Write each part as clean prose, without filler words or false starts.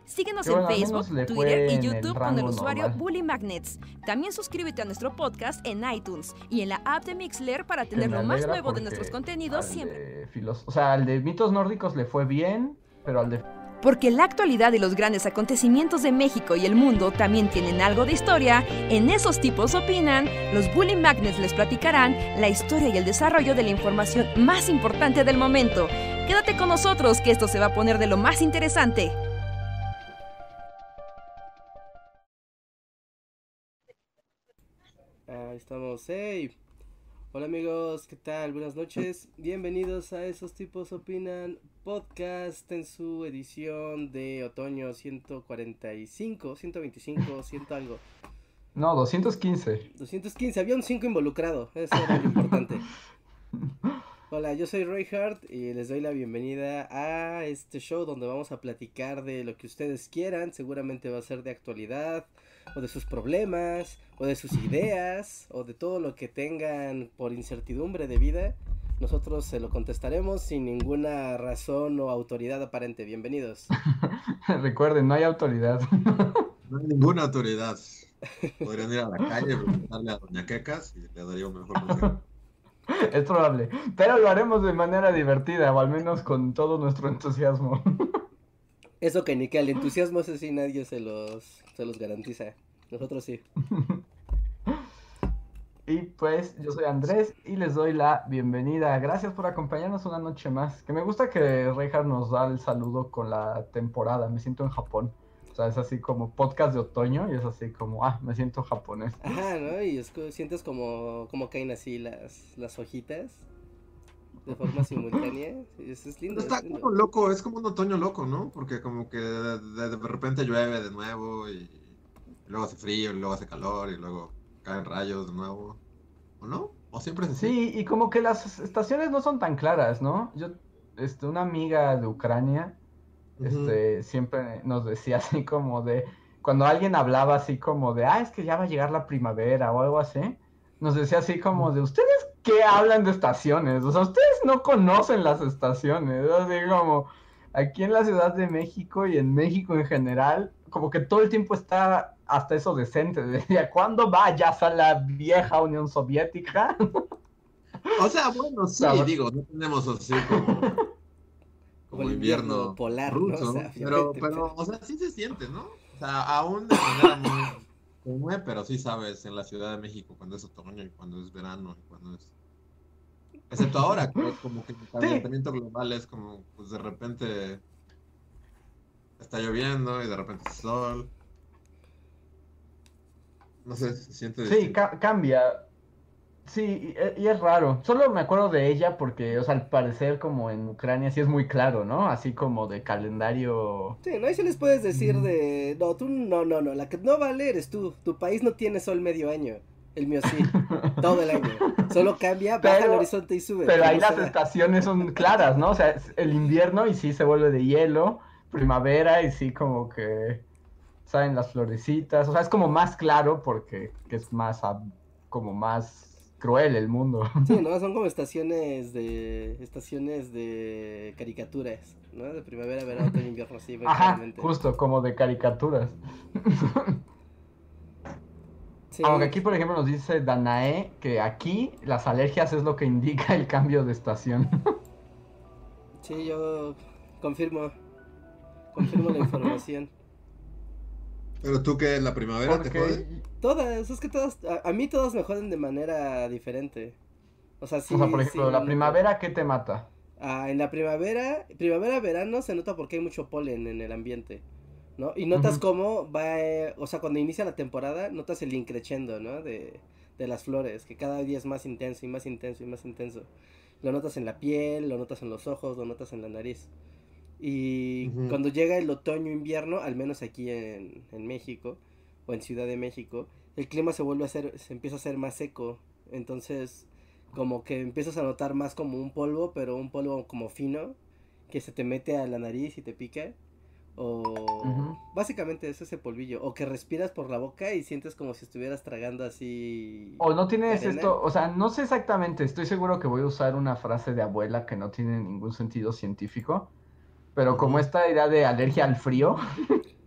Síguenos Que en bueno, al Facebook, menos le Twitter fue y en el YouTube con el rango usuario normal. Bully Magnets. También suscríbete a nuestro podcast en iTunes y en la app de Mixler para Que tener me lo más alegra nuevo de nuestros porque contenidos siempre. al de mitos nórdicos le fue bien, pero al de Porque la actualidad y los grandes acontecimientos de México y el mundo también tienen algo de historia, en Esos Tipos Opinan, los Bully Magnets les platicarán la historia y el desarrollo de la información más importante del momento. Quédate con nosotros que esto se va a poner de lo más interesante. Ahí estamos. Hey, hola amigos, ¿qué tal? Buenas noches. Bienvenidos a Esos Tipos Opinan podcast en su edición de otoño 145, 125, 100 algo. No, 215. 215, había un 5 involucrado, eso era lo importante. Hola, yo soy Reinhardt y les doy la bienvenida a este show donde vamos a platicar de lo que ustedes quieran. Seguramente va a ser de actualidad, o de sus problemas, o de sus ideas, o de todo lo que tengan por incertidumbre de vida. Nosotros se lo contestaremos sin ninguna razón o autoridad aparente. Bienvenidos. Recuerden, no hay autoridad. No hay ninguna autoridad. Podrían ir a la calle y preguntarle a Doña Quecas y le daría un mejor consejo. Es probable, pero lo haremos de manera divertida, o al menos con todo nuestro entusiasmo. Eso que ni que el entusiasmo ese sí nadie se los garantiza. Nosotros sí. Y pues, yo soy Andrés y les doy la bienvenida. Gracias por acompañarnos una noche más. Que me gusta que Reinhardt nos da el saludo con la temporada. Me siento en Japón. O sea, es así como podcast de otoño y es así como, me siento japonés. Ajá, ¿no? Y sientes como caen así las hojitas de forma simultánea. Eso es lindo. Está es lindo. como loco, es como un otoño loco, ¿no? Porque como que de repente llueve de nuevo y luego hace frío y luego hace calor y luego caen rayos de nuevo. ¿O no? ¿O siempre es así? Sí, y como que las estaciones no son tan claras, ¿no? Una amiga de Ucrania, siempre nos decía así como de, cuando alguien hablaba así como de, es que ya va a llegar la primavera o algo así, nos decía así como de, ¿ustedes qué hablan de estaciones? O sea, ustedes no conocen las estaciones, así como, aquí en la Ciudad de México y en México en general, como que todo el tiempo está hasta eso decente, decía, ¿cuándo vayas a la vieja Unión Soviética? O sea, bueno, sí, digo, no tenemos así como el invierno polar, ruso, ¿no? O sea, pero, o sea, sí se siente, ¿no? O sea, aún de manera muy tenue, pero sí sabes en la Ciudad de México cuando es otoño y cuando es verano y cuando es... Excepto ahora, que es como que el calentamiento global es como, pues de repente está lloviendo y de repente es sol. No sé, se siente Sí, distinto. cambia. Sí, y es raro. Solo me acuerdo de ella porque, o sea, al parecer como en Ucrania sí es muy claro, ¿no? Así como de calendario. Sí, no, ahí se les puedes decir de, no, tú no, la que no vale eres tú. Tu país no tiene sol medio año. El mío sí, todo el año. Solo cambia, baja el horizonte y sube. Pero que ahí no las se va. estaciones son claras, ¿no? O sea, es el invierno y sí se vuelve de hielo, primavera y sí como que salen las florecitas. O sea, es como más claro porque que es más, como más cruel el mundo. Sí, no, son como estaciones de caricaturas, ¿no? De primavera, verano, otoño, invierno, sí, muy Ajá, claramente. justo como de caricaturas. Sí, Aunque aquí, por ejemplo, nos dice Danae que aquí las alergias es lo que indica el cambio de estación. sí, yo confirmo la información. Pero tú que la primavera te jode. Porque, Todas, es que todas, a mí todas me joden de manera diferente. O sea, sí, o sea, por ejemplo, sí, la noto. primavera, ¿qué te mata? En la primavera, verano se nota porque hay mucho polen en el ambiente, ¿no? Y notas cómo va, o sea, cuando inicia la temporada, notas el increchendo, ¿no? De las flores, que cada día es más intenso y más intenso y más intenso. Lo notas en la piel, lo notas en los ojos, lo notas en la nariz. Y cuando llega el otoño-invierno, al menos aquí en México, o en Ciudad de México, el clima se empieza a hacer más seco. Entonces, como que empiezas a notar más como un polvo, pero un polvo como fino, que se te mete a la nariz y te pica. O básicamente es ese polvillo. O que respiras por la boca y sientes como si estuvieras tragando así O no tienes arena. esto, o sea, no sé exactamente, estoy seguro que voy a usar una frase de abuela que no tiene ningún sentido científico, pero como esta idea de alergia al frío,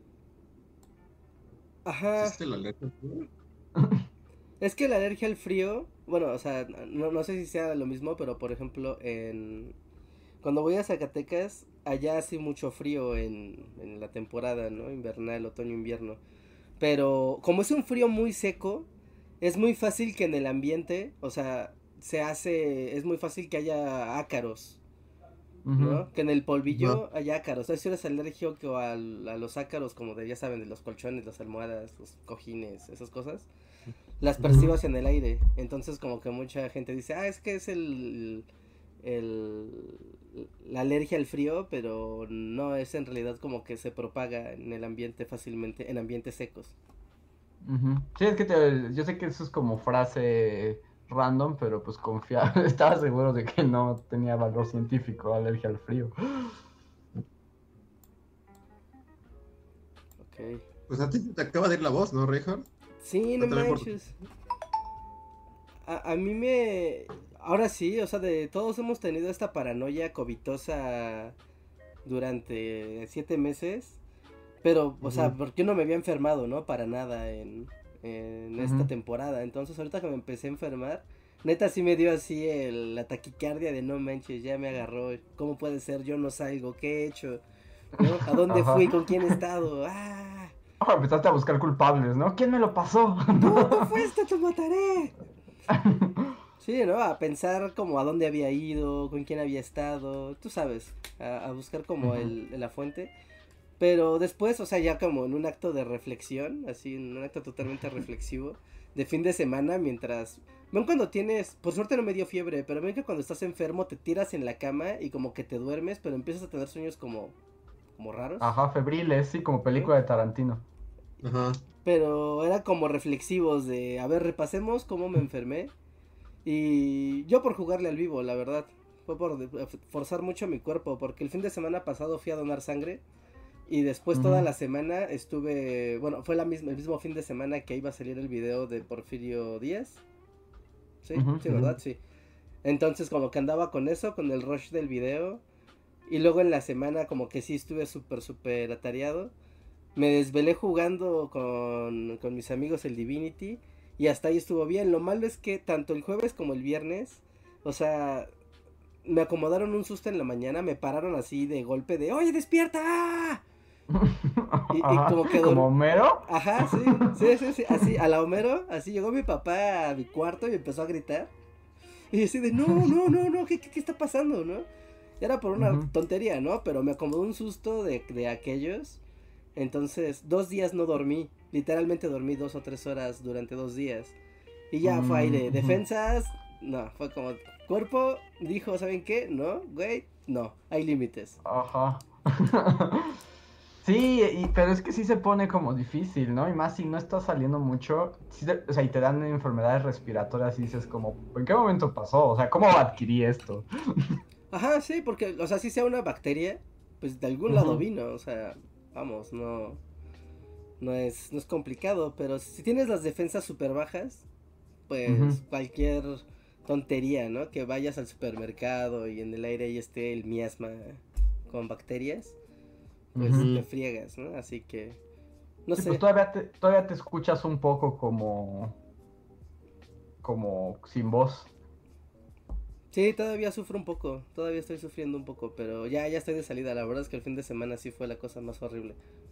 Ajá. ¿Existe la alergia al frío? Es que la alergia al frío, bueno, o sea, no sé si sea lo mismo, pero por ejemplo, cuando voy a Zacatecas, allá hace mucho frío en la temporada, ¿no? Invernal, otoño, invierno. Pero como es un frío muy seco, es muy fácil que en el ambiente, o sea, es muy fácil que haya ácaros, Ujú. ¿no? Que en el Ajá. polvillo haya ácaros. O sea, si eres alérgico a los ácaros, como de, ya saben, de los colchones, las almohadas, los cojines, esas cosas, las Ujú. percibas en el aire. Entonces como que mucha gente dice, es que es el la alergia al frío, pero no, es en realidad como que se propaga en el ambiente fácilmente, en ambientes secos. Ujú. Sí, es que yo sé que eso es como frase random, pero pues confía, estaba seguro de que no tenía valor científico, alergia al frío. Ok. Pues a ti te acaba de ir la voz, ¿no, Reinhardt? Sí, no Cuéntame por qué. manches. A mí me... Ahora sí, o sea, de todos hemos tenido esta paranoia covitosa durante 7 meses. Pero, o sea, Ujú. porque yo no me había enfermado, ¿no? Para nada en esta Ujú. temporada. Entonces, ahorita que me empecé a enfermar, neta sí me dio así la taquicardia de no manches, ya me agarró. ¿Cómo puede ser? Yo no salgo, ¿qué he hecho? ¿No? ¿A dónde Ajá. fui? ¿Con quién he estado? ¡Ah! Empezaste a buscar culpables, ¿no? ¿Quién me lo pasó? ¡Tú fuiste, te mataré! Sí, ¿no? A pensar como a dónde había ido, con quién había estado, tú sabes, a buscar como Ujú. la fuente. Pero después, o sea, ya como en un acto de reflexión, así, en un acto totalmente reflexivo, de fin de semana, mientras... Ven cuando tienes, por suerte no me dio fiebre, pero ven que cuando estás enfermo te tiras en la cama y como que te duermes, pero empiezas a tener sueños como raros, Ajá, febriles, sí, como ¿no? película de Tarantino. Ajá. Pero era como reflexivos de, a ver, repasemos cómo me enfermé. Y yo por jugarle al vivo, la verdad. Fue por forzar mucho mi cuerpo, porque el fin de semana pasado fui a donar sangre. Y después toda Ujú. la semana estuve, bueno, fue el mismo fin de semana que iba a salir el video de Porfirio Díaz. Sí, Ujú. sí, Ujú. ¿verdad? Sí. Entonces como que andaba con eso, con el rush del video. Y luego en la semana como que sí estuve súper atareado. Me desvelé jugando con mis amigos el Divinity. Y hasta ahí estuvo bien. Lo malo es que tanto el jueves como el viernes, o sea, me acomodaron un susto en la mañana, me pararon así de golpe de, oye, despierta. Y Ajá, como que como Homero. ajá, sí, así, a la Homero, así llegó mi papá a mi cuarto y empezó a gritar. Y yo así de, no, ¿qué está pasando, no? Era por una Ujú. tontería, ¿no? Pero me acomodó un susto de aquellos. Entonces, 2 días no dormí. Literalmente dormí 2 o 3 horas durante 2 días. Y ya fue ahí de Ujú. defensas. No, fue como, cuerpo dijo, ¿saben qué? No, güey, no, hay límites. Ajá. Sí, pero es que sí se pone como difícil, ¿no? Y más si no estás saliendo mucho, o sea, y te dan enfermedades respiratorias y dices como, ¿en qué momento pasó? O sea, ¿cómo adquirí esto? Ajá, sí, porque, o sea, si sea una bacteria, pues de algún lado Ujú. vino, o sea, vamos, no es complicado, pero si tienes las defensas súper bajas, Ujú. pues cualquier tontería, ¿no? Que vayas al supermercado y en el aire ahí esté el miasma con bacterias, pues Ujú. te Ujú. friegas, ¿no? Así que, no Sí, pues sé. todavía te escuchas un poco como sin voz. Sí, todavía sufro un poco, todavía estoy sufriendo un poco, pero ya estoy de salida. La verdad es que el fin de semana sí fue la cosa más horrible.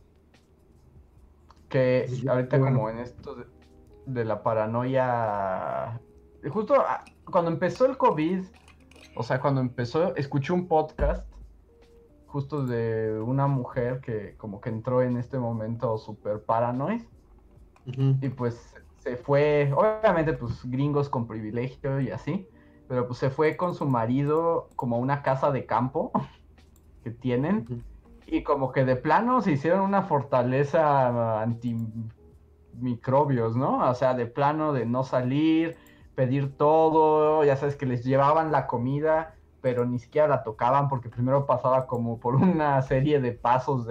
Que Pues yo, ahorita bueno. como en esto de la paranoia, justo cuando empezó el COVID, o sea, cuando empezó, escuché un podcast justo de una mujer que como que entró en este momento súper paranoid Ujú. y pues se fue, obviamente pues gringos con privilegio y así, pero pues se fue con su marido como a una casa de campo que tienen Ujú. y como que de plano se hicieron una fortaleza antimicrobios, ¿no? O sea, de plano de no salir, pedir todo, ya sabes que les llevaban la comida, pero ni siquiera la tocaban porque primero pasaba como por una serie de pasos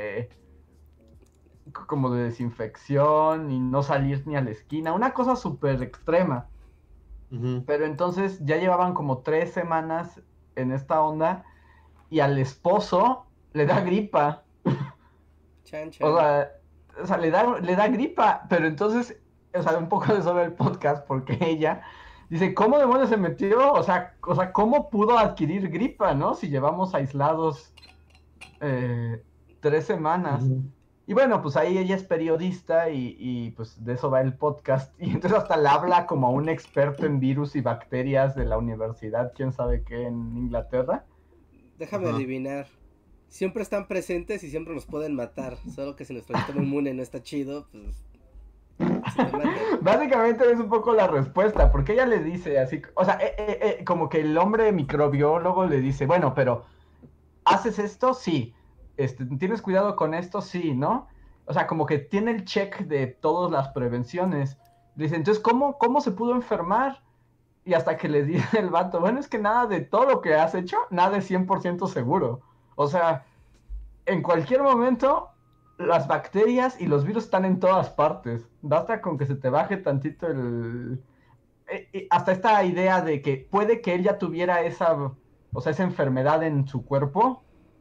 como de desinfección y no salir ni a la esquina, una cosa súper extrema. Ujú. Pero entonces ya llevaban como 3 semanas en esta onda y al esposo le da gripa. Chan, O chan. sea, o sea, le da gripa, pero entonces, o sea, un poco de sobre el podcast, porque ella dice, ¿cómo demonios se metió? O sea, ¿cómo pudo adquirir gripa, no? Si llevamos aislados 3 semanas. Y bueno, pues ahí ella es periodista y pues de eso va el podcast. Y entonces hasta le habla como a un experto en virus y bacterias de la universidad, quién sabe qué, en Inglaterra. Déjame adivinar. Siempre están presentes y siempre nos pueden matar. Solo que si nuestro sistema inmune no está chido, pues... Básicamente es un poco la respuesta, porque ella le dice así, o sea, como que el hombre microbiólogo le dice, bueno, pero ¿haces esto? Sí. ¿Tienes cuidado con esto? Sí, ¿no? O sea, como que tiene el check de todas las prevenciones. Dice, entonces, ¿cómo se pudo enfermar? Y hasta que le dice el vato, bueno, es que nada de todo lo que has hecho, nada es 100% seguro. O sea, en cualquier momento, las bacterias y los virus están en todas partes. Basta con que se te baje tantito hasta esta idea de que puede que él ya tuviera esa enfermedad en su cuerpo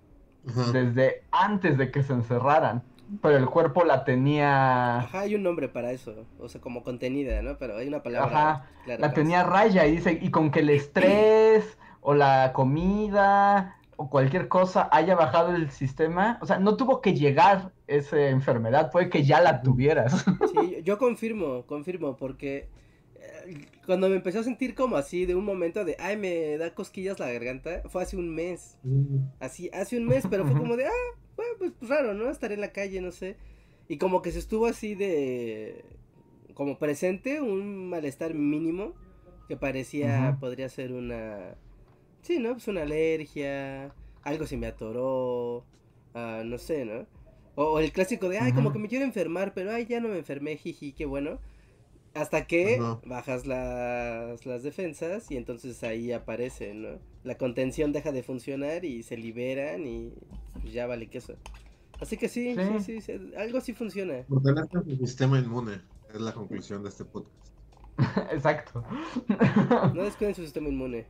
desde antes de que se encerraran. Pero el cuerpo la tenía... Ajá, hay un nombre para eso, o sea, como contenida, ¿no? Pero hay una palabra clara. La tenía raya y dice, y con que el estrés o la comida o cualquier cosa haya bajado el sistema, o sea, no tuvo que llegar esa enfermedad, puede que ya la tuvieras. Sí, yo confirmo, porque cuando me empecé a sentir como así de un momento de, ay, me da cosquillas la garganta, fue hace un mes, así, hace un mes, pero fue como de, bueno, pues raro, ¿no? Estar en la calle, no sé, y como que se estuvo así de, como presente, un malestar mínimo, que parecía, podría ser una, sí, ¿no? Pues una alergia, algo se me atoró, no sé, ¿no? O el clásico de, ay, como que me quiero enfermar, pero ay, ya no me enfermé, jiji, qué bueno. Hasta que bajas las defensas y entonces ahí aparece, ¿no? La contención deja de funcionar y se liberan y pues ya vale queso. Así que sí, algo sí funciona. Fortalece el sistema inmune, es la conclusión de este podcast. Exacto. No descuiden su sistema inmune.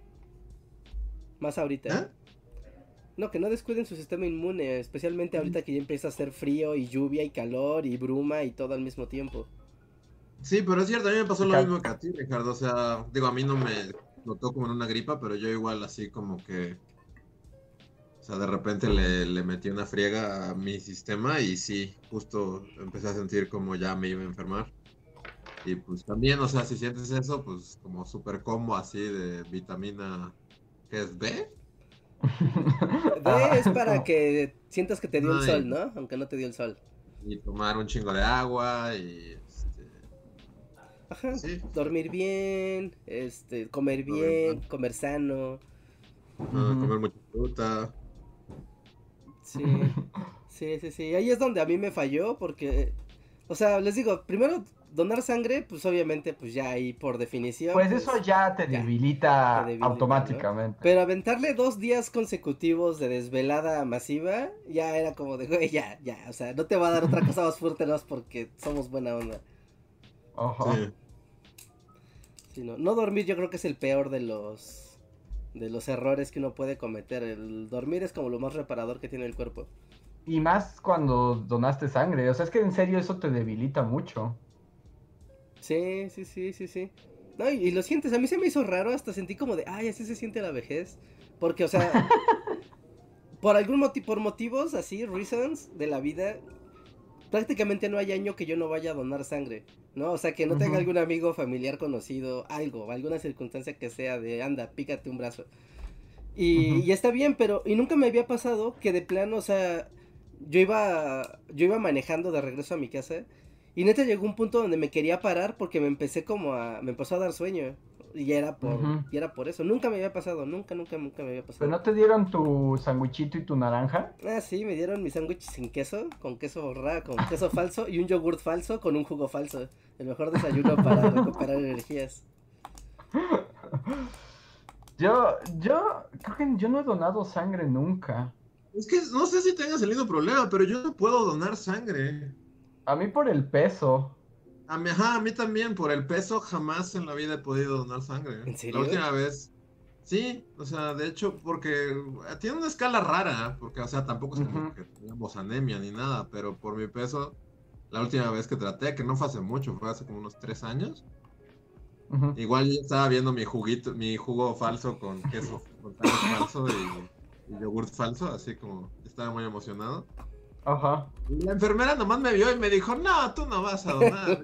Más ahorita. No, que no descuiden su sistema inmune, especialmente ahorita que ya empieza a hacer frío y lluvia y calor y bruma y todo al mismo tiempo. Sí, pero es cierto, a mí me pasó lo mismo que a ti, Ricardo, o sea, digo, a mí no me notó como en una gripa, pero yo igual así como que, o sea, de repente le metí una friega a mi sistema y sí, justo empecé a sentir como ya me iba a enfermar. Y pues también, o sea, si sientes eso, pues como súper combo así de vitamina, ¿qué es? ¿B? D es para que sientas que te dio el sol, ¿no? Aunque no te dio el sol. Y tomar un chingo de agua y... Ajá, dormir bien, comer bien, comer sano. Comer mucha fruta. Sí. Ahí es donde a mí me falló porque, o sea, les digo, primero donar sangre, pues obviamente, pues ya ahí por definición. Pues eso ya te debilita automáticamente. ¿No? Pero aventarle 2 días consecutivos de desvelada masiva, ya era como de, güey, ya, o sea, no te va a dar otra cosa más fuerte, no es porque somos buena onda. Ajá. Sí, no dormir yo creo que es el peor de los errores que uno puede cometer. El dormir es como lo más reparador que tiene el cuerpo. Y más cuando donaste sangre, o sea, es que en serio eso te debilita mucho. Sí. No, y lo sientes, a mí se me hizo raro, hasta sentí como de, ay, así se siente la vejez. Porque, o sea, por motivos así, reasons de la vida, prácticamente no hay año que yo no vaya a donar sangre, ¿no? O sea, que no tenga algún amigo, familiar, conocido, alguna circunstancia que sea de, anda, pícate un brazo. Y está bien, pero, y nunca me había pasado que de plano, o sea, yo iba manejando de regreso a mi casa, y neta llegó un punto donde me quería parar porque me empezó a dar sueño. Y era por eso. Nunca me había pasado, nunca me había pasado. ¿Pero no te dieron tu sandwichito y tu naranja? Ah, sí, me dieron mi sándwich sin queso, con queso con queso falso y un yogurt falso con un jugo falso. El mejor desayuno para recuperar energías. Yo creo que yo no he donado sangre nunca. Es que no sé si tengas el mismo problema, pero yo no puedo donar sangre. A mí por el peso. A mí también, por el peso jamás en la vida he podido donar sangre. ¿En serio? La última vez, sí, o sea, de hecho, porque tiene una escala rara, porque, o sea, tampoco es como que tengamos anemia ni nada, pero por mi peso, la última vez que traté, que no fue hace mucho, fue hace como unos 3 años. Ujú. Igual yo estaba viendo mi jugo falso con queso, con queso falso y yogurt falso, así como estaba muy emocionado. Ajá. Y la enfermera nomás me vio y me dijo, no, tú no vas a donar.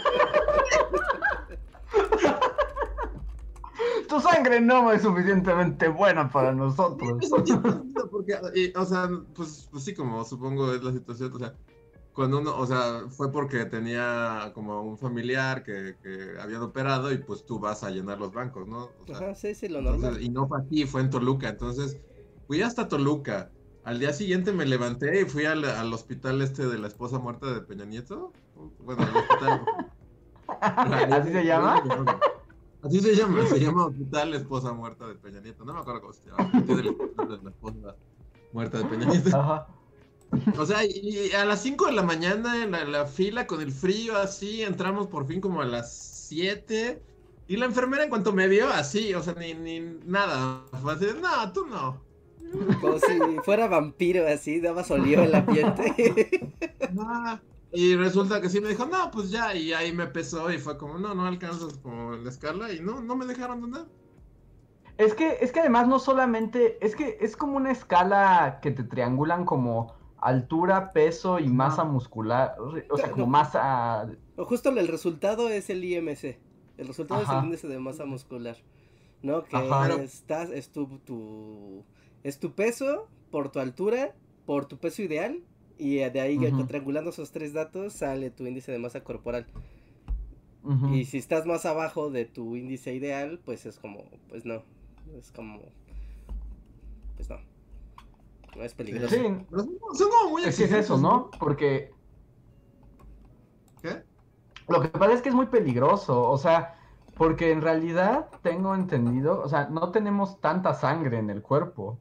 Tu sangre no es suficientemente buena para nosotros. Porque, o sea, pues sí, como supongo es la situación, o sea, cuando uno, o sea, fue porque tenía como un familiar que habían operado y pues tú vas a llenar los bancos, ¿no? O sea, Ajá, sí, lo entonces, normal. y no fue aquí, fue en Toluca, entonces fui hasta Toluca. Al día siguiente me levanté y fui al hospital de la esposa muerta de Peña Nieto. Bueno, al hospital. ¿Así se llama? Así se llama Hospital Esposa Muerta de Peña Nieto. No me acuerdo cómo se llama. Tiene el hospital de la esposa muerta de Peña Nieto. Ajá. O sea, y a las 5 de la mañana en la fila con el frío así, entramos por fin como a las 7. Y la enfermera en cuanto me vio así, o sea, ni nada. Fue así, no, tú no. Como si fuera vampiro así, nada más olió el ambiente. Ah, y resulta que sí me dijo, no, pues ya, y ahí me pesó y fue como, no alcanzas como la escala y no me dejaron donar. Es que además no solamente, es que es como una escala que te triangulan como altura, peso y masa muscular, o sea, como No. masa... Justo el resultado es el IMC. El resultado es el Ajá. índice de masa muscular. ¿No? Que Ajá. es tu peso por tu altura, por tu peso ideal. Y de ahí, Ujú. triangulando esos 3 datos, sale tu índice de masa corporal. Ujú. Y si estás más abajo de tu índice ideal, pues es como, pues no. Es como, pues no. No es peligroso. Sí, Pero son como muy es que es exigentes, eso, ¿no? Porque ¿Qué? lo que pasa es que es muy peligroso, o sea, porque en realidad tengo entendido, o sea, no tenemos tanta sangre en el cuerpo.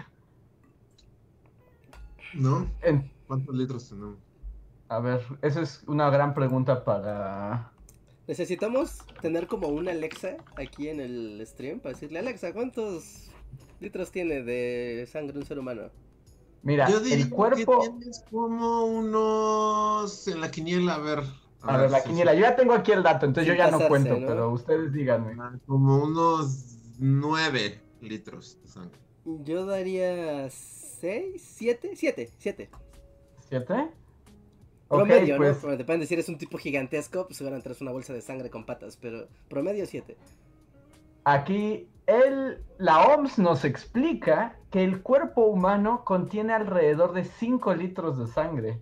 ¿No? En- ¿Cuántos litros tenemos? a ver, esa es una gran pregunta para... Necesitamos tener como una Alexa aquí en el stream para decirle, Alexa, ¿cuántos litros tiene de sangre un ser humano? Mira, Yo diría el que cuerpo... tienes como unos en la quiniela, A ver, la sí, quiniela, yo ya tengo aquí el dato, entonces yo Sin ya no pasarse, cuento, ¿no? pero ustedes díganme. como unos 9 litros de sangre. Yo daría 6, 7, 7. ¿7? Ok, Promedio, pues ¿no? Depende si eres un tipo gigantesco, pues seguramente traes una bolsa de sangre con patas, pero promedio 7. aquí la OMS nos explica que el cuerpo humano contiene alrededor de 5 litros de sangre.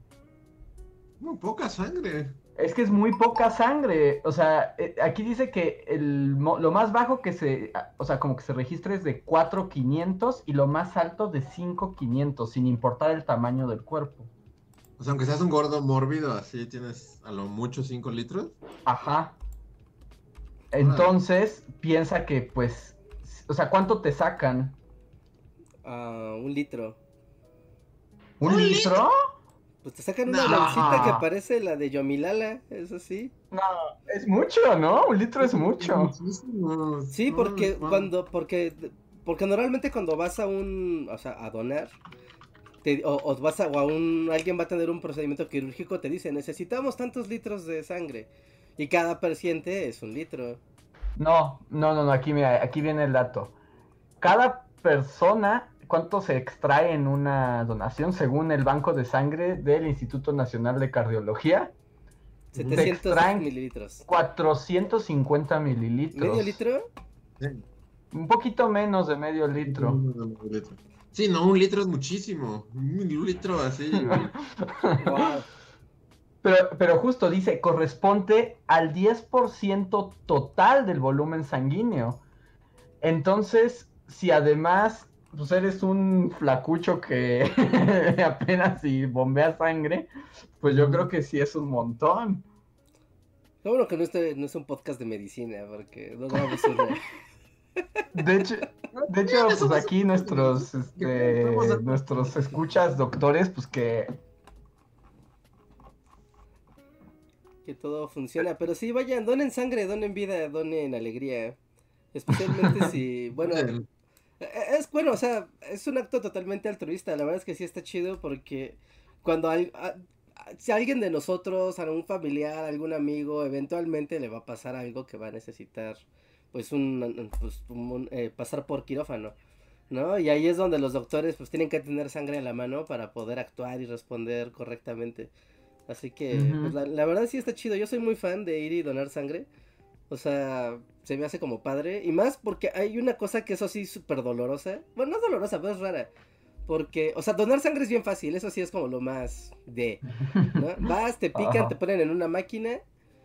Poca sangre. Es que es muy poca sangre. O sea, aquí dice que lo más bajo o sea, como que se registra es de 4,500 y lo más alto de 5,500, sin importar el tamaño del cuerpo. O sea, aunque seas un gordo mórbido, así tienes a lo mucho 5 litros. Ajá. Entonces, piensa que, pues, o sea, ¿cuánto te sacan? 1 litro. ¿Un litro? Pues te sacan una No. bolsita que parece la de Yomilala, eso sí. No, es mucho, ¿no? 1 litro es mucho. Muchísimo. Sí, No, porque no. porque normalmente cuando vas o sea, a donar, o vas a alguien va a tener un procedimiento quirúrgico, te dice, necesitamos tantos litros de sangre. Y cada paciente es 1 litro. No, aquí, mira, aquí viene el dato. Cada persona, ¿cuánto se extrae en una donación según el Banco de Sangre del Instituto Nacional de Cardiología? 700 extraen mililitros. 450 mililitros. ¿Medio litro? Sí. Un poquito menos de medio litro. Sí, no, 1 litro es muchísimo. 1 litro así. Wow. Pero justo dice, corresponde al 10% total del volumen sanguíneo. Entonces, si además pues eres un flacucho que apenas si bombea sangre, pues yo creo que sí es un montón. Qué bueno que no es un podcast de medicina, porque no vamos a una... De hecho, pues aquí nuestros escuchas doctores, pues que todo funciona. Pero sí, vayan, donen sangre, donen vida, donen alegría. Especialmente si, bueno, o sea, es un acto totalmente altruista. La verdad es que sí está chido porque cuando si a alguien de nosotros, a algún familiar, algún amigo, eventualmente le va a pasar algo que va a necesitar, pues, pasar por quirófano, ¿no? Y ahí es donde los doctores, pues, tienen que tener sangre a la mano para poder actuar y responder correctamente. Así que, pues, la verdad sí está chido. Yo soy muy fan de ir y donar sangre. O sea, se me hace como padre. Y más porque hay una cosa que eso sí súper dolorosa. Bueno, no es dolorosa, pero es rara. Porque, o sea, donar sangre es bien fácil. Eso sí es como lo más ¿no? Vas, te pican, te ponen en una máquina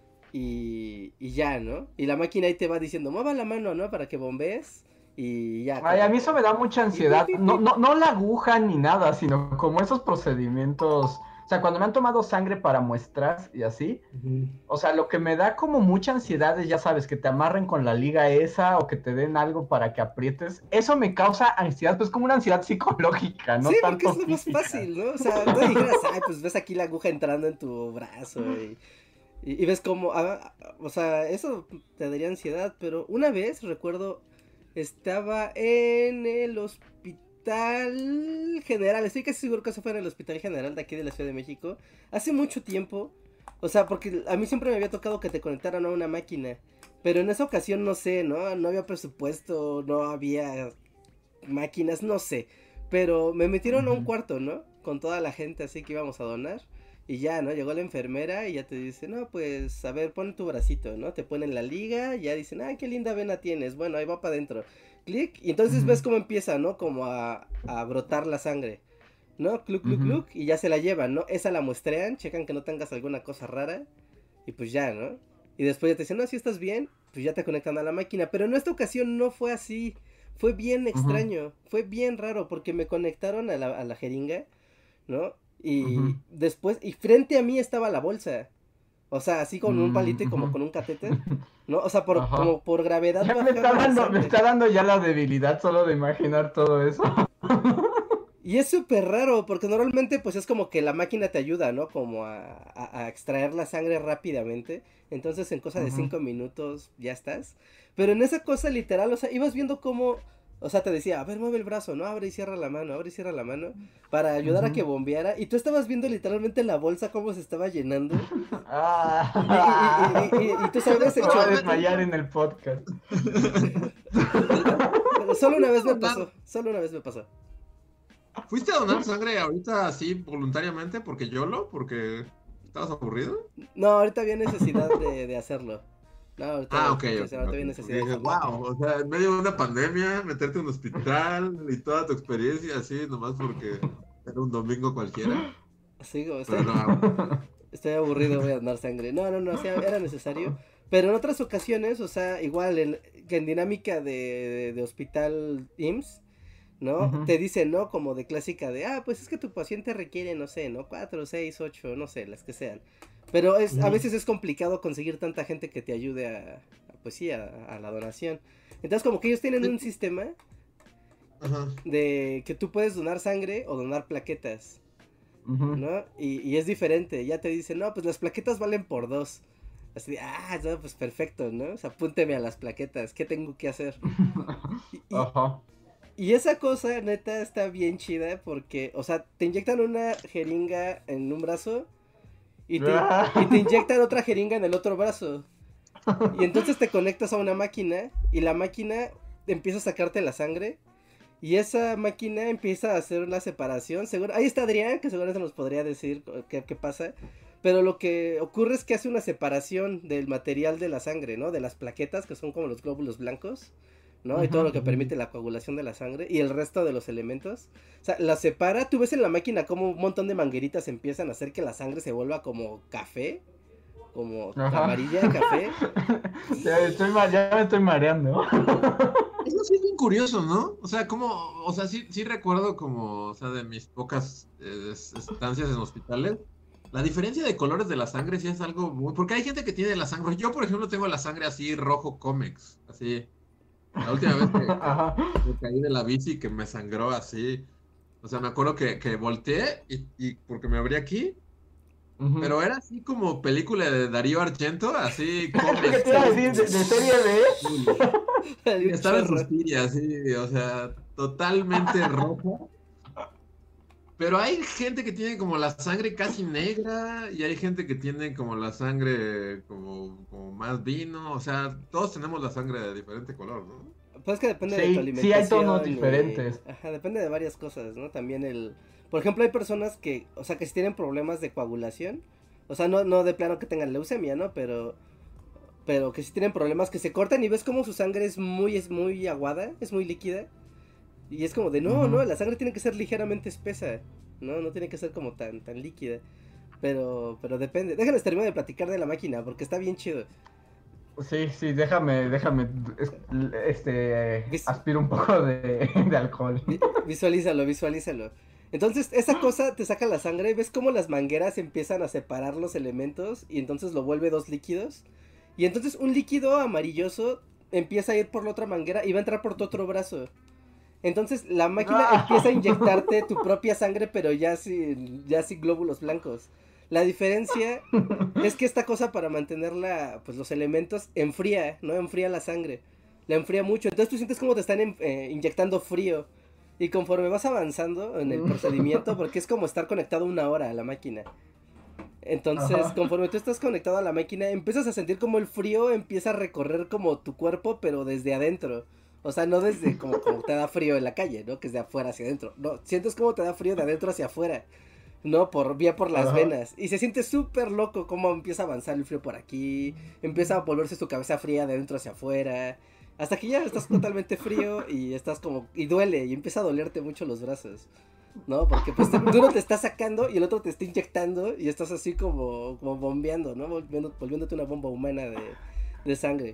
y ya, ¿no? Y la máquina ahí te va diciendo, mueva la mano, ¿no? Para que bombees y ya. Ay, a mí eso me da mucha ansiedad. No la aguja ni nada, sino como esos procedimientos. O sea, cuando me han tomado sangre para muestras y así, o sea, lo que me da como mucha ansiedad es, ya sabes, que te amarren con la liga esa o que te den algo para que aprietes. Eso me causa ansiedad, pues como una ansiedad psicológica, no sí, tanto porque es lo más fácil, ¿no? O sea, no dijeras, ay, pues ves aquí la aguja entrando en tu brazo y ves como, o sea, eso te daría ansiedad, pero una vez, recuerdo, estaba en el hospital general, estoy casi seguro que eso fue en el hospital general de aquí de la Ciudad de México, hace mucho tiempo, o sea, porque a mí siempre me había tocado que te conectaran a una máquina, pero en esa ocasión no sé, ¿no? No había presupuesto, no había máquinas, no sé, pero me metieron a un cuarto, ¿no? Con toda la gente así que íbamos a donar. Y ya, ¿no? Llegó la enfermera y ya te dice, no, pues, a ver, pon tu bracito, ¿no? Te ponen la liga, y ya dicen, ay, qué linda vena tienes. Bueno, ahí va para adentro. Clic, y entonces ves cómo empieza, ¿no? Como a brotar la sangre, ¿no? Cluc, cluc, cluc, y ya se la llevan, ¿no? Esa la muestrean, checan que no tengas alguna cosa rara, y pues ya, ¿no? Y después ya te dicen, no, si estás bien, pues ya te conectan a la máquina. Pero en esta ocasión no fue así. Fue bien extraño, fue bien raro, porque me conectaron a la jeringa, ¿no? Y después, y frente a mí estaba la bolsa. O sea, así con un palito y como con un catéter, ¿no? O sea, como por gravedad. Ya me está dando ya la debilidad solo de imaginar todo eso. Y es súper raro, porque normalmente pues es como que la máquina te ayuda, ¿no? Como a extraer la sangre rápidamente. Entonces en cosa de 5 minutos ya estás. Pero en esa cosa literal, o sea, ibas viendo cómo... O sea, te decía, a ver, mueve el brazo, ¿no? Abre y cierra la mano, abre y cierra la mano. Para ayudar a que bombeara. Y tú estabas viendo literalmente la bolsa cómo se estaba llenando. Y tú sabes hecho... Voy a desmayar en el podcast. Pero solo una vez me pasó. ¿Fuiste a donar sangre ahorita así voluntariamente? ¿Porque estabas aburrido? No, ahorita había necesidad de hacerlo. No, ahorita había necesidad de hacerlo. Wow, o sea, en medio de una pandemia, meterte en un hospital y toda tu experiencia así, nomás porque era un domingo cualquiera. Sí, estoy aburrido, voy a donar sangre. No, o sea, era necesario. Pero en otras ocasiones, o sea, igual que en dinámica de hospital IMSS, ¿no? Te dicen, ¿no? Como de clásica de, pues es que tu paciente requiere, no sé, ¿no? 4, 6, 8, no sé, las que sean. Pero a veces es complicado conseguir tanta gente que te ayude a la donación. Entonces como que ellos tienen un sistema de que tú puedes donar sangre o donar plaquetas, ¿no? Y es diferente, ya te dicen, no, pues las plaquetas valen por 2. Así de, no, pues perfecto, ¿no? O sea, apúnteme a las plaquetas, ¿qué tengo que hacer? Y esa cosa, neta, está bien chida porque, o sea, te inyectan una jeringa en un brazo y te inyectan otra jeringa en el otro brazo. Y entonces te conectas a una máquina y la máquina empieza a sacarte la sangre y esa máquina empieza a hacer la separación. Ahí está Adrián, que seguramente nos podría decir qué pasa. Pero lo que ocurre es que hace una separación del material de la sangre, ¿no? De las plaquetas, que son como los glóbulos blancos, ¿no? Y todo lo que permite la coagulación de la sangre y el resto de los elementos. O sea, la separa. Tú ves en la máquina como un montón de mangueritas empiezan a hacer que la sangre se vuelva como café, como amarilla, café. Ya me estoy mareando. Eso sí es bien curioso, ¿no? O sea, sí recuerdo como, o sea, de mis pocas estancias en hospitales, la diferencia de colores de la sangre sí es algo muy... Porque hay gente que tiene la sangre... Yo, por ejemplo, tengo la sangre así rojo Comex, así... La última vez que caí de la bici que me sangró así, o sea, me acuerdo que volteé y porque me abrí aquí, pero era así como película de Darío Argento, así como... ¿Qué te iba a decir? ¿De serie B? Estaba en Suspiria, así, o sea, totalmente rojo. Pero hay gente que tiene como la sangre casi negra y hay gente que tiene como la sangre como más vino. O sea, todos tenemos la sangre de diferente color, ¿no? Pues es que depende de tu Sí, hay tonos alimentación diferentes. Ajá, depende de varias cosas, ¿no? También por ejemplo, hay personas que, o sea, que si tienen problemas de coagulación, o sea, no de plano que tengan leucemia, ¿no? Pero que si tienen problemas que se cortan y ves como su sangre es muy aguada, es muy líquida. Y es como de, no, la sangre tiene que ser ligeramente espesa, no tiene que ser como tan líquida. Pero depende. Déjenles terminar de platicar de la máquina, porque está bien chido. Sí, déjame, aspiro un poco de alcohol. Visualízalo. Entonces, esa cosa te saca la sangre, ves cómo las mangueras empiezan a separar los elementos y entonces lo vuelve dos líquidos. Y entonces un líquido amarilloso empieza a ir por la otra manguera y va a entrar por tu otro brazo. Entonces la máquina empieza a inyectarte tu propia sangre, pero ya sin glóbulos blancos. La diferencia es que esta cosa, para mantenerla, pues los elementos, enfría, ¿no? Enfría la sangre. La enfría mucho. Entonces tú sientes como te están inyectando frío. Y conforme vas avanzando en el procedimiento, porque es como estar conectado 1 hora a la máquina. Entonces, conforme tú estás conectado a la máquina, empiezas a sentir como el frío empieza a recorrer como tu cuerpo, pero desde adentro. O sea, no desde como te da frío en la calle, ¿no? Que es de afuera hacia adentro. No, sientes como te da frío de adentro hacia afuera. No, por las venas. Y se siente súper loco cómo empieza a avanzar el frío por aquí. Empieza a volverse tu cabeza fría de adentro hacia afuera. Hasta que ya estás totalmente frío y estás como... Y duele, y empieza a dolerte mucho los brazos. ¿No? Porque pues uno te está sacando y el otro te está inyectando y estás así como bombeando, ¿no? Volviéndote una bomba humana de sangre.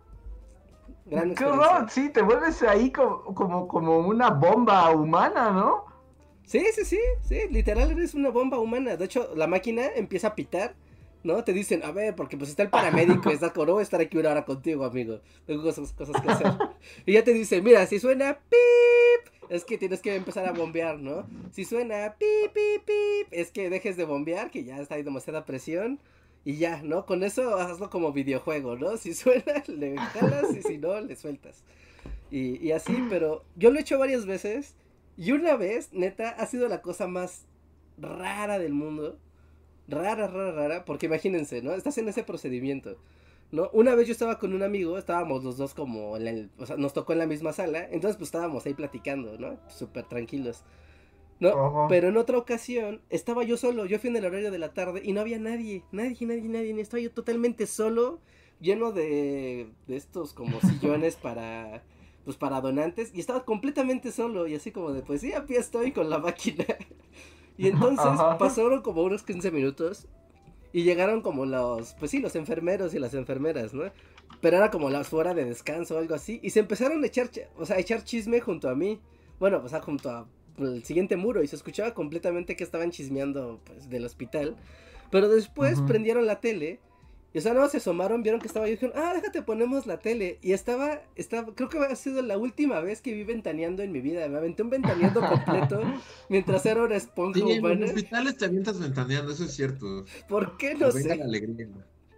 Gran experiencia. ¡Qué horror! Sí, te vuelves ahí como una bomba humana, ¿no? Sí, literal eres una bomba humana. De hecho, la máquina empieza a pitar, ¿no? Te dicen, a ver, porque pues está el paramédico y está como, no voy a estar aquí 1 hora contigo, amigo. Tengo cosas que hacer. Y ya te dice, mira, si suena pip, es que tienes que empezar a bombear, ¿no? Si suena pip, pip, pip, es que dejes de bombear, que ya está ahí demasiada presión. Y ya, ¿no? Con eso hazlo como videojuego, ¿no? Si suena, le jalas y si no, le sueltas. Y así, pero yo lo he hecho varias veces. Y una vez, neta, ha sido la cosa más rara del mundo. Rara, porque imagínense, ¿no? Estás en ese procedimiento, ¿no? Una vez yo estaba con un amigo, estábamos los dos como o sea, nos tocó en la misma sala, entonces pues estábamos ahí platicando, ¿no? Súper tranquilos, ¿no? Pero en otra ocasión estaba yo solo, yo fui en el horario de la tarde y no había nadie, estaba yo totalmente solo, lleno de estos como sillones para donantes, y estaba completamente solo, y así como de, pues sí, aquí estoy con la máquina. Y entonces pasaron como unos 15 minutos y llegaron como los enfermeros y las enfermeras, ¿no? Pero era como las horas de descanso o algo así, y se empezaron a echar chisme junto a mí, bueno, o sea, junto a el siguiente muro, y se escuchaba completamente que estaban chismeando, pues, del hospital. Pero después prendieron la tele, y o sea, no, se asomaron, vieron que estaba yo, y dijeron, déjate, ponemos la tele. Y estaba, creo que ha sido la última vez que vi ventaneando en mi vida. Me aventé un ventaneando completo mientras era una esponja humana. En los hospitales te avientas ventaneando, eso es cierto. ¿Por qué? No sé. La alegría.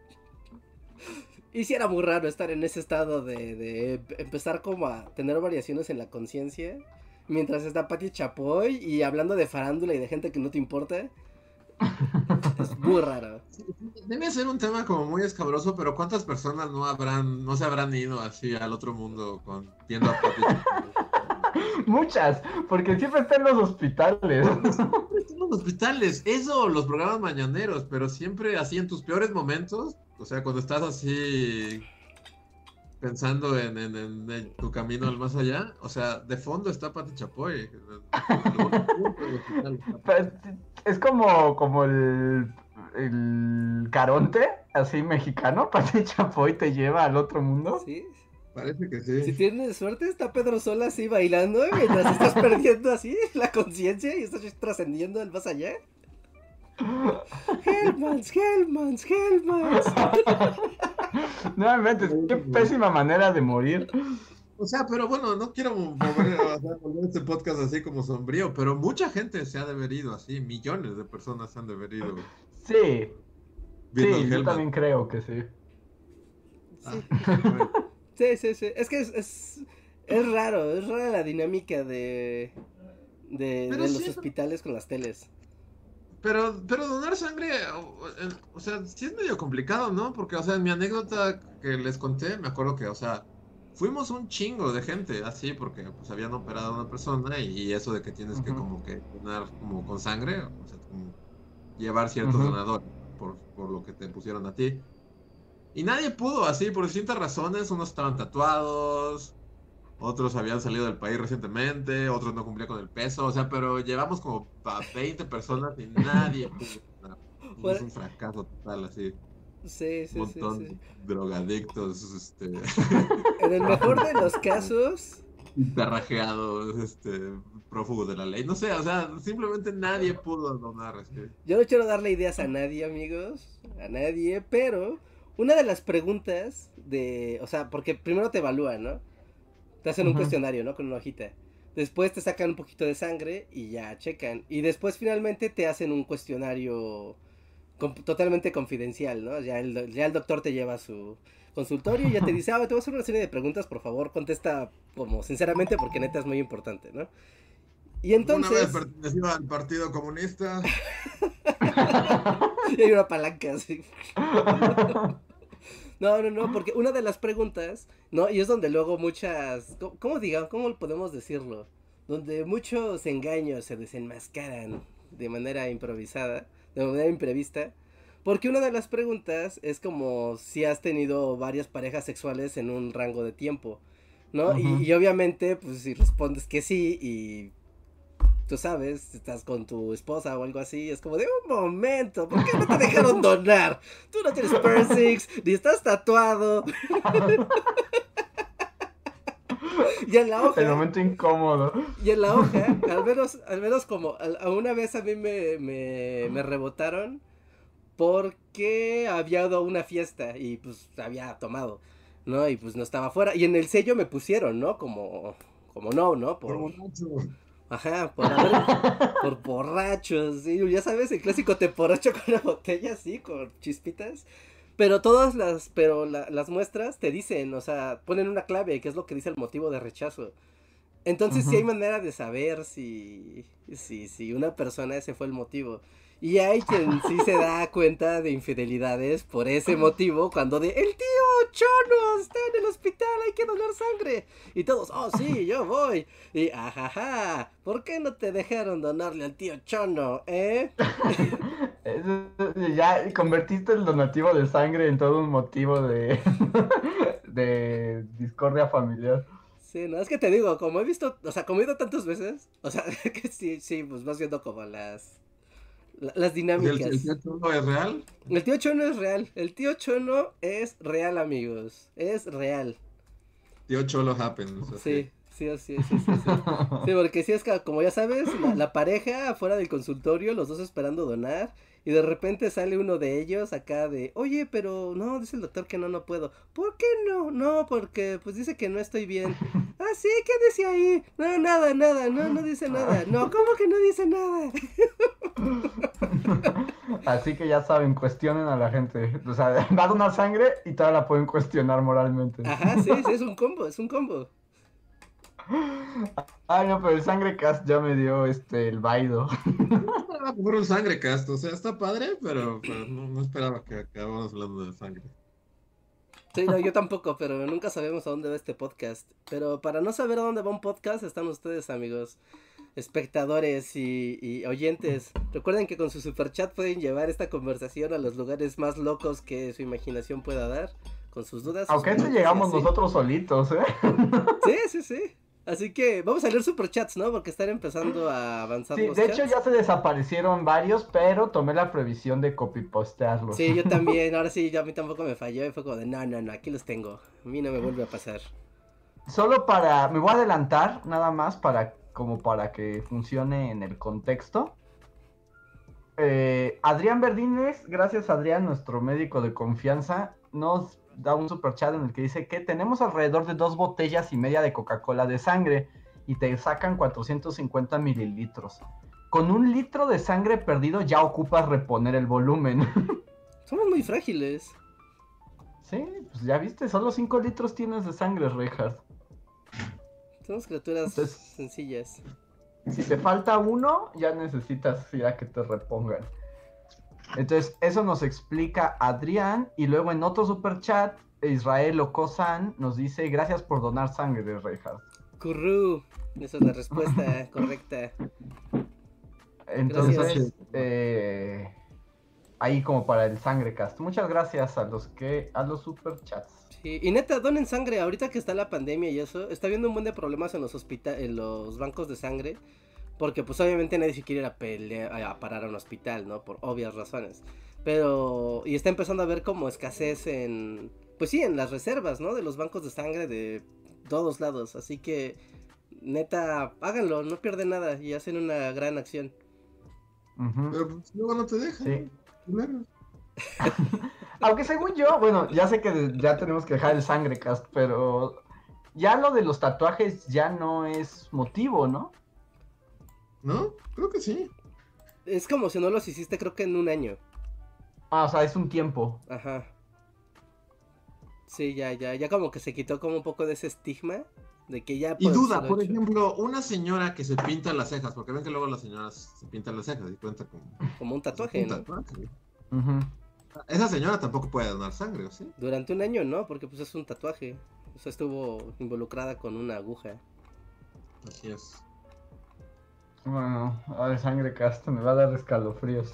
Y sí era muy raro estar en ese estado de empezar como a tener variaciones en la conciencia, mientras está Pati Chapoy y hablando de farándula y de gente que no te importa. Es muy raro. Debe ser un tema como muy escabroso, pero ¿cuántas personas no se habrán ido así al otro mundo viendo a Pati Chapoy? Muchas, porque siempre está en los hospitales. Siempre está en los hospitales, eso, los programas mañaneros, pero siempre así en tus peores momentos, o sea, cuando estás así pensando en tu camino al más allá, o sea, de fondo está Pati Chapoy. Es como el Caronte, así mexicano. Pati Chapoy te lleva al otro mundo. Sí. Parece que sí. Si tienes suerte, está Pedro Sola así bailando mientras estás perdiendo así la conciencia y estás trascendiendo al más allá. Hellmans. Nuevamente, qué pésima manera de morir. O sea, pero bueno, no quiero volver este podcast así como sombrío, pero mucha gente se ha de haber ido así, millones de personas se han de haber ido. Sí, yo también creo que sí. Sí. Es que es rara la dinámica de de Pero los sí, hospitales con las teles. pero donar sangre, o sea, sí es medio complicado, ¿no? Porque, o sea, en mi anécdota que les conté, me acuerdo que, o sea, fuimos un chingo de gente, así, porque pues habían operado a una persona y eso de que tienes que Ujú, como que donar como con sangre, o sea, como llevar ciertos ujú. donadores por lo que te pusieron a ti. Y nadie pudo, así, por distintas razones, unos estaban tatuados, otros habían salido del país recientemente, otros no cumplían con el peso, o sea, pero llevamos como a 20 personas y nadie pudo donar. Fuimos Bueno, un fracaso total, así, sí, un sí, sí, montón de sí. drogadictos, En el mejor de los casos, interrajeados, prófugos de la ley, no sé, o sea, simplemente nadie pudo donar, así. yo no quiero darle ideas a nadie, amigos, a nadie, pero una de las preguntas o sea, porque primero te evalúan, ¿no? Te hacen un Ujú. cuestionario, ¿no? Con una hojita. Después te sacan un poquito de sangre y ya checan. Y después finalmente te hacen un cuestionario totalmente confidencial, ¿no? Ya el doctor te lleva a su consultorio y ya te dice, te voy a hacer una serie de preguntas, por favor, contesta como sinceramente porque neta es muy importante, ¿no? Y ¿Alguna vez entonces, perteneció al Partido Comunista? y hay una palanca así. No, no, no, porque una de las preguntas, ¿no? Y es donde luego muchas, ¿cómo podemos decirlo? Donde muchos engaños se desenmascaran de manera improvisada, de manera imprevista. Porque una de las preguntas es como si has tenido varias parejas sexuales en un rango de tiempo, ¿no? Ujú. Y obviamente, pues si respondes que sí y tú sabes, estás con tu esposa o algo así, es como de un momento, ¿por qué no te dejaron donar? Tú no tienes piercings, ni estás tatuado. Y en la El hoja, momento incómodo. y en la hoja, al menos como a una vez a mí me rebotaron porque había dado una fiesta y pues había tomado, ¿no? Y pues no estaba fuera. Y en el sello me pusieron, ¿no? Como no, ¿no? Por borracho. Ajá, por borrachos, sí, ya sabes, el clásico te borracho con una botella así, con chispitas. Pero las muestras te dicen, o sea, ponen una clave, que es lo que dice el motivo de rechazo. Entonces sí hay Ujú. manera de saber si una persona ese fue el motivo. Y hay quien sí se da cuenta de infidelidades por ese motivo cuando el tío Chono está en el hospital, hay que donar sangre. Y todos, oh sí, yo voy. Y ajaja, ¿por qué no te dejaron donarle al tío Chono, Ya convertiste el donativo de sangre en todo un motivo de, de discordia familiar. Sí, no, es que te digo, como he visto, o sea, como he ido tantas veces, o sea, que sí, sí, pues vas viendo como las O sea, el dinámicas. teatro no es real. El tío Chono es real. El tío Chono es real, amigos. Es real. Tío Cholo happens, ok. Sí, sí, sí, sí, sí, sí. Sí, porque si es que, como ya sabes, la pareja afuera del consultorio, los dos esperando donar, y de repente sale uno de ellos acá de, oye, pero no, dice el doctor que no, no puedo. ¿Por qué no? No, porque pues dice que no estoy bien. Ah, sí, ¿qué dice ahí? No, nada, nada, no, no dice nada. No, ¿cómo que no dice nada? Así que ya saben, cuestionen a la gente. O sea, va a donar sangre y todavía la pueden cuestionar moralmente. Ajá, sí, sí, es un combo, es un combo. Ay, no, pero el sangre cast ya me dio el vaido. Yo no esperaba comer un sangre cast, o sea, está padre, pero no esperaba que acabáramos hablando de sangre. Sí, no, yo tampoco, pero nunca sabemos a dónde va este podcast. Pero para no saber a dónde va un podcast, están ustedes, amigos, espectadores y oyentes. Recuerden que con su superchat pueden llevar esta conversación a los lugares más locos que su imaginación pueda dar, con sus dudas, sus Aunque preguntas y llegamos así. nosotros solitos, ¿eh? Sí, sí, sí. Así que vamos a leer superchats, ¿no? Porque están empezando a avanzar Sí, los de hecho chats. ya se desaparecieron varios, pero tomé la previsión de copy-postearlos. Sí, yo también. Ahora sí, a mí tampoco me falló y fue como de no, no, no, aquí los tengo. A mí no me vuelve a pasar. Me voy a adelantar nada más como para que funcione en el contexto. Adrián Verdines, gracias Adrián, nuestro médico de confianza, nos da un super chat en el que dice que tenemos alrededor de 2 botellas y media de Coca-Cola de sangre y te sacan 450 mililitros. Con 1 litro de sangre perdido ya ocupas reponer el volumen. Somos muy frágiles. Sí, pues ya viste, solo 5 litros tienes de sangre, Reinhardt. Somos criaturas Entonces, sencillas. Si te falta uno, ya necesitas ir a que te repongan. Entonces, eso nos explica Adrián. Y luego en otro superchat, Israel Okosan nos dice: gracias por donar sangre, Reinhardt. Curru, esa es la respuesta correcta. Entonces, ahí como para el Sangrecast. Muchas gracias a los superchats. Sí, y neta, donen sangre. Ahorita que está la pandemia y eso, está habiendo un buen de problemas en en los bancos de sangre. Porque pues obviamente nadie se quiere ir a parar a un hospital, ¿no? Por obvias razones. Pero, y está empezando a haber como escasez en, pues sí, en las reservas, ¿no? De los bancos de sangre de todos lados. Así que, neta, háganlo, no pierden nada y hacen una gran acción. Pero pues, luego no te dejan. Sí. Claro. Aunque según yo, bueno, ya sé que ya tenemos que dejar el Sangrecast, pero ya lo de los tatuajes ya no es motivo, ¿no? ¿No? Creo que sí. Es como si no los hiciste, creo que en un año. Ah, o sea, es un tiempo. Ajá. Sí, ya como que se quitó como un poco de ese estigma de que ya... Y duda, por ejemplo, una señora que se pinta las cejas, porque ven que luego las señoras se pintan las cejas y cuenta como un tatuaje, ¿no? Uh-huh. Esa señora tampoco puede donar sangre, ¿o sí? Durante un año, ¿no? Porque pues es un tatuaje. O sea, estuvo involucrada con una aguja. Así es. Bueno, el Sangrecast me va a dar escalofríos.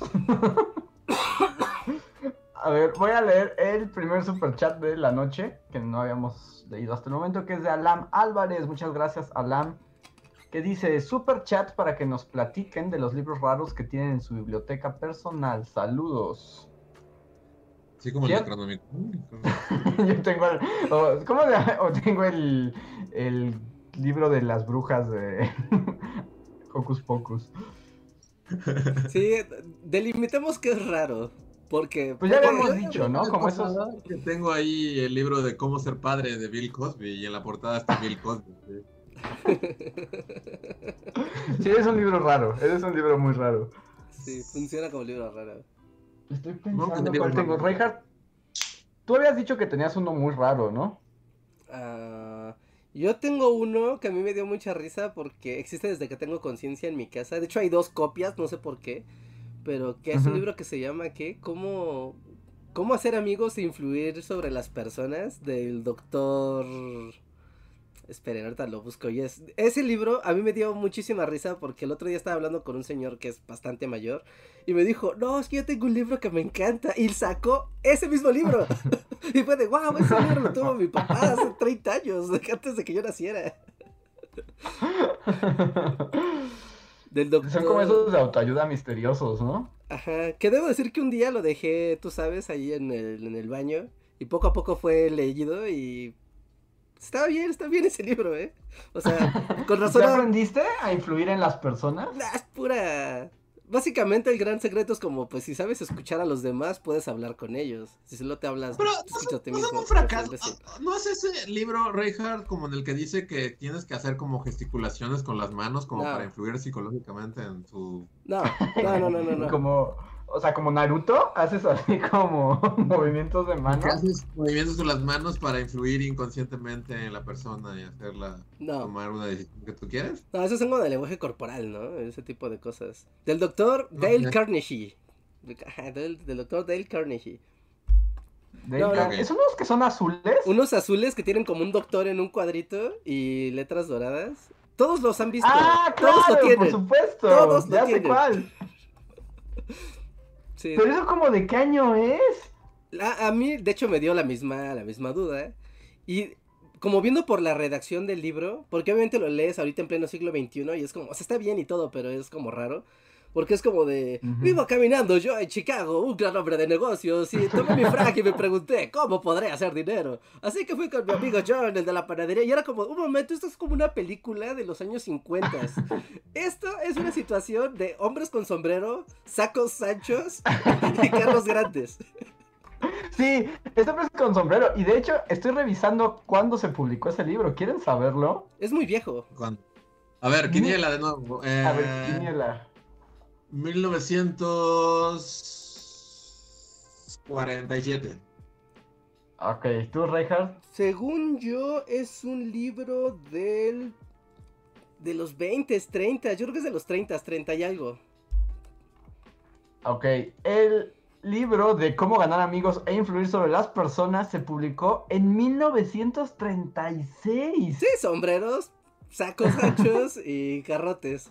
A ver, voy a leer el primer superchat de la noche, que no habíamos leído hasta el momento, que es de Alam Álvarez. Muchas gracias, Alam. Que dice: superchat para que nos platiquen de los libros raros que tienen en su biblioteca personal. Saludos. Sí, como el Necronomicon. Yo tengo tengo el libro de las brujas de Hocus Pocus. Sí, delimitemos que es raro. Porque... Pues ya lo hemos dicho, ¿no? Como esos... Que tengo ahí el libro de cómo ser padre de Bill Cosby y en la portada está Bill Cosby. Sí, es un libro raro. Es un libro muy raro. Sí, funciona como libro raro. Estoy pensando cuál tengo. Reinhardt, tú habías dicho que tenías uno muy raro, ¿no? Yo tengo uno que a mí me dio mucha risa porque existe desde que tengo conciencia en mi casa. De hecho hay 2 copias, no sé por qué. Pero que es un libro que se llama, ¿qué? ¿Cómo hacer amigos e influir sobre las personas? Del doctor... Esperen, ahorita lo busco. Y ese libro a mí me dio muchísima risa porque el otro día estaba hablando con un señor que es bastante mayor y me dijo: no, es que yo tengo un libro que me encanta. Y sacó ese mismo libro. Y fue de: wow, ese libro lo tuvo mi papá hace 30 años, antes de que yo naciera. Del doctor... Son como esos de autoayuda misteriosos, ¿no? Ajá, que debo decir que un día lo dejé, tú sabes, ahí en el baño. Y poco a poco fue leído y... Está bien ese libro, ¿eh? O sea, con razón... ¿Ya aprendiste a influir en las personas? Es pura... Básicamente el gran secreto es como, pues si sabes escuchar a los demás, puedes hablar con ellos. Si solo te hablas, pero te escuchas a ti mismo. No es un fracaso. ¿No es ese libro, Reinhardt, como en el que dice que tienes que hacer como gesticulaciones con las manos como para influir psicológicamente en tu... No. Como... O sea, como Naruto, haces así como movimientos de manos. Haces movimientos con las manos para influir inconscientemente en la persona y hacerla tomar una decisión que tú quieres. No, eso es algo de lenguaje corporal, ¿no? Ese tipo de cosas. Del doctor Dale Carnegie. Del doctor Dale Carnegie. ¿Es unos que son azules? Unos azules que tienen como un doctor en un cuadrito y letras doradas. Todos los han visto. Ah, claro, todos lo tienen. Por supuesto. Todos ya lo sé tienen. Cuál. Sí. Pero eso como de qué año es. A mí, de hecho, me dio la misma duda. Y como viendo por la redacción del libro, porque obviamente lo lees ahorita en pleno siglo XXI y es como, o sea, está bien y todo, pero es como raro. Porque es como de, vivo caminando yo en Chicago, un gran hombre de negocios, y tomé mi frac y me pregunté, ¿cómo podré hacer dinero? Así que fui con mi amigo John, el de la panadería, y era como, un momento, esto es como una película de los años 50. Esto es una situación de hombres con sombrero, sacos anchos y carros grandes. Sí, este hombre con sombrero, y de hecho estoy revisando cuándo se publicó ese libro, ¿quieren saberlo? Es muy viejo. ¿Cuándo? A ver, quiniela de nuevo. A ver, quiniela. 1947. Ok, ¿tú, Reinhardt? Según yo, es un libro del De los 20, 30, yo creo que es de los 30 y algo. Ok, el libro de cómo ganar amigos e influir sobre las personas se publicó en 1936. Sí, sombreros, sacos anchos y garrotes.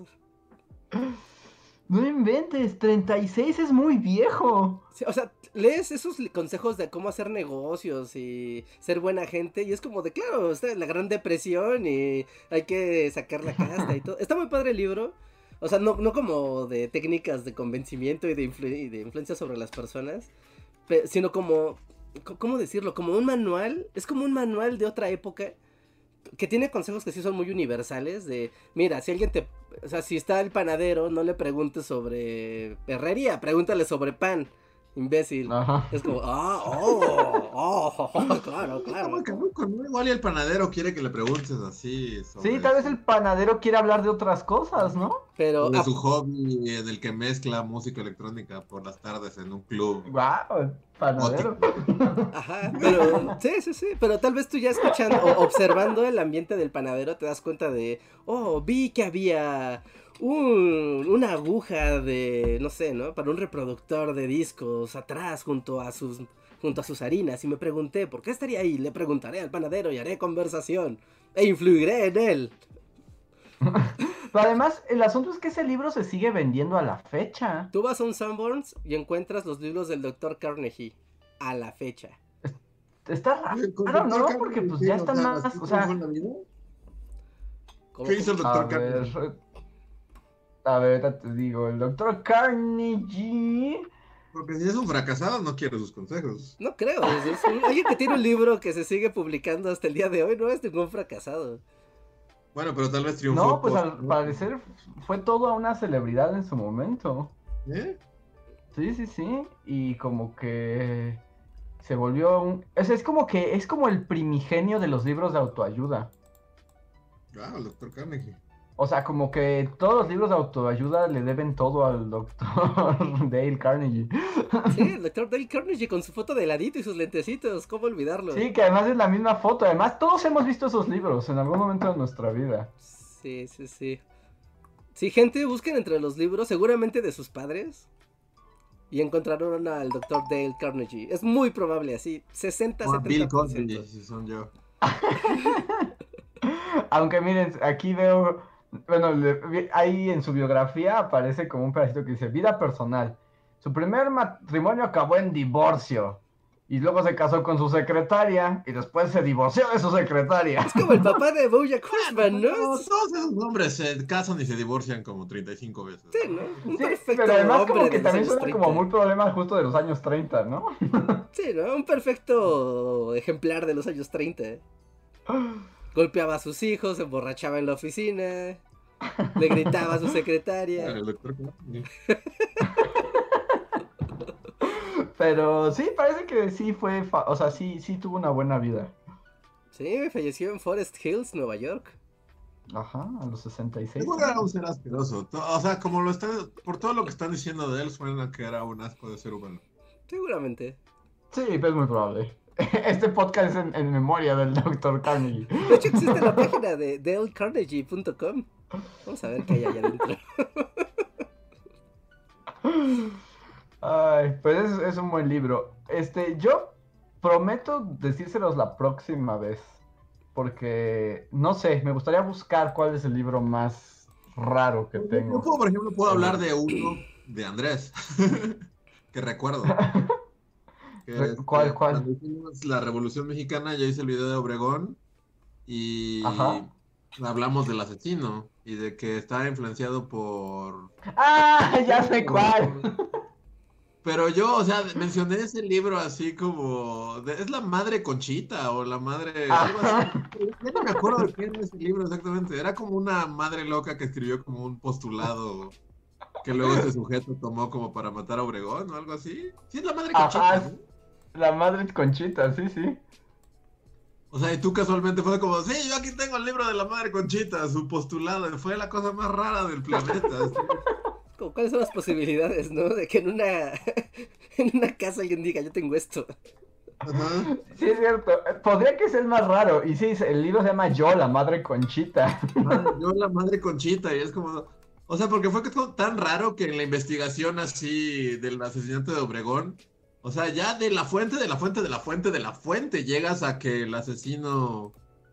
No inventes, 36 es muy viejo. Sí, o sea, lees esos consejos de cómo hacer negocios y ser buena gente y es como de, claro, está la Gran Depresión y hay que sacar la casta y todo. Está muy padre el libro. O sea, no como de técnicas de convencimiento y de influencia sobre las personas, sino como, ¿cómo decirlo? Como un manual, es como un manual de otra época que tiene consejos que sí son muy universales de, mira, si alguien o sea, si está el panadero, no le preguntes sobre herrería, pregúntale sobre pan. Imbécil. Ajá. Es como, claro. Como que no, igual y el panadero quiere que le preguntes así. Sí, tal vez el panadero quiere hablar de otras cosas, ¿no? Pero de su hobby en el que mezcla música electrónica por las tardes en un club. Wow, panadero. Ajá, pero sí, pero tal vez tú ya escuchando o observando el ambiente del panadero te das cuenta de, vi que había una aguja de, no sé, ¿no? Para un reproductor de discos atrás junto a sus harinas y me pregunté, ¿por qué estaría ahí? Le preguntaré al panadero y haré conversación e influiré en él. Pero además, el asunto es que ese libro se sigue vendiendo a la fecha. Tú vas a un Sanborns y encuentras los libros del Dr. Carnegie a la fecha. Está raro, ¿no? Porque pues ya están más, o sea... ¿Qué hizo el Dr. Carnegie? A ver, ya te digo, el Dr. Carnegie... Porque si es un fracasado, no quiere sus consejos. No creo, alguien que tiene un libro que se sigue publicando hasta el día de hoy no es ningún fracasado. Bueno, pero tal vez triunfó. No, pues al parecer fue toda una celebridad en su momento. ¿Eh? Sí, y como que se volvió es como el primigenio de los libros de autoayuda. El Dr. Carnegie. O sea, como que todos los libros de autoayuda le deben todo al Dr. Dale Carnegie. Sí, el Dr. Dale Carnegie con su foto de heladito y sus lentecitos, ¿cómo olvidarlo? Sí, que además es la misma foto. Además, todos hemos visto esos libros en algún momento de nuestra vida. Sí. Sí, gente, busquen entre los libros, seguramente de sus padres, y encontraron al Dr. Dale Carnegie. Es muy probable, así, 60-70%. Bill Cosby, si son yo. Aunque miren, aquí veo... Bueno, ahí en su biografía aparece como un pedacito que dice, vida personal. Su primer matrimonio acabó en divorcio. Y luego se casó con su secretaria. Y después se divorció de su secretaria. Es como el papá de BoJack Horseman, ¿no? Todos esos hombres se casan y se divorcian como 35 veces. Sí, ¿no? Un perfecto pero además hombre como que de también los años suena 30. como muy problema justo de los años 30, ¿no? Sí, ¿no? Un perfecto ejemplar de los años 30. Golpeaba a sus hijos, se emborrachaba en la oficina, le gritaba a su secretaria. El doctor Carnegie. Pero sí, parece que sí fue, o sea, sí tuvo una buena vida. Sí, falleció en Forest Hills, Nueva York. Ajá, a los 66. Seguro era un ser asqueroso. O sea, como por todo lo que están diciendo de él, suena que era un asco de ser humano. Seguramente. Sí, pero es muy probable. Este podcast es en memoria del Dr. Carnegie. De hecho, existe la página de dalecarnegie.com. Vamos a ver qué hay allá adentro. Ay, pues es un buen libro. Yo prometo decírselos la próxima vez. Porque, no sé, me gustaría buscar cuál es el libro más raro que tengo. Yo, por ejemplo, puedo hablar de uno de Andrés. Que recuerdo. ¿Cuál? Cuando hicimos la Revolución Mexicana, yo hice el video de Obregón. Y Ajá. hablamos del asesino. Y de que estaba influenciado por... ¡Ah! Ya sé cuál. Pero yo, o sea, mencioné ese libro así como... ¿Es la madre Conchita o la madre...? Algo así. Ya no me acuerdo de qué era ese libro exactamente. Era como una madre loca que escribió como un postulado que luego este sujeto tomó como para matar a Obregón o algo así. Sí, es la madre Conchita, Ajá, ¿no? la madre Conchita, sí. O sea, y tú casualmente fue como, sí, yo aquí tengo el libro de la madre Conchita, su postulado. Fue la cosa más rara del planeta. ¿Cuáles son las posibilidades, no? De que en una casa alguien diga, yo tengo esto. Ajá. Sí, es cierto. Podría que sea el más raro. Y sí, el libro se llama Yo, la madre Conchita. Yo la madre Conchita, y es como, o sea, porque fue tan raro que en la investigación así del asesinato de Obregón, o sea, ya de la fuente, de la fuente, de la fuente, de la fuente, llegas a que el asesino,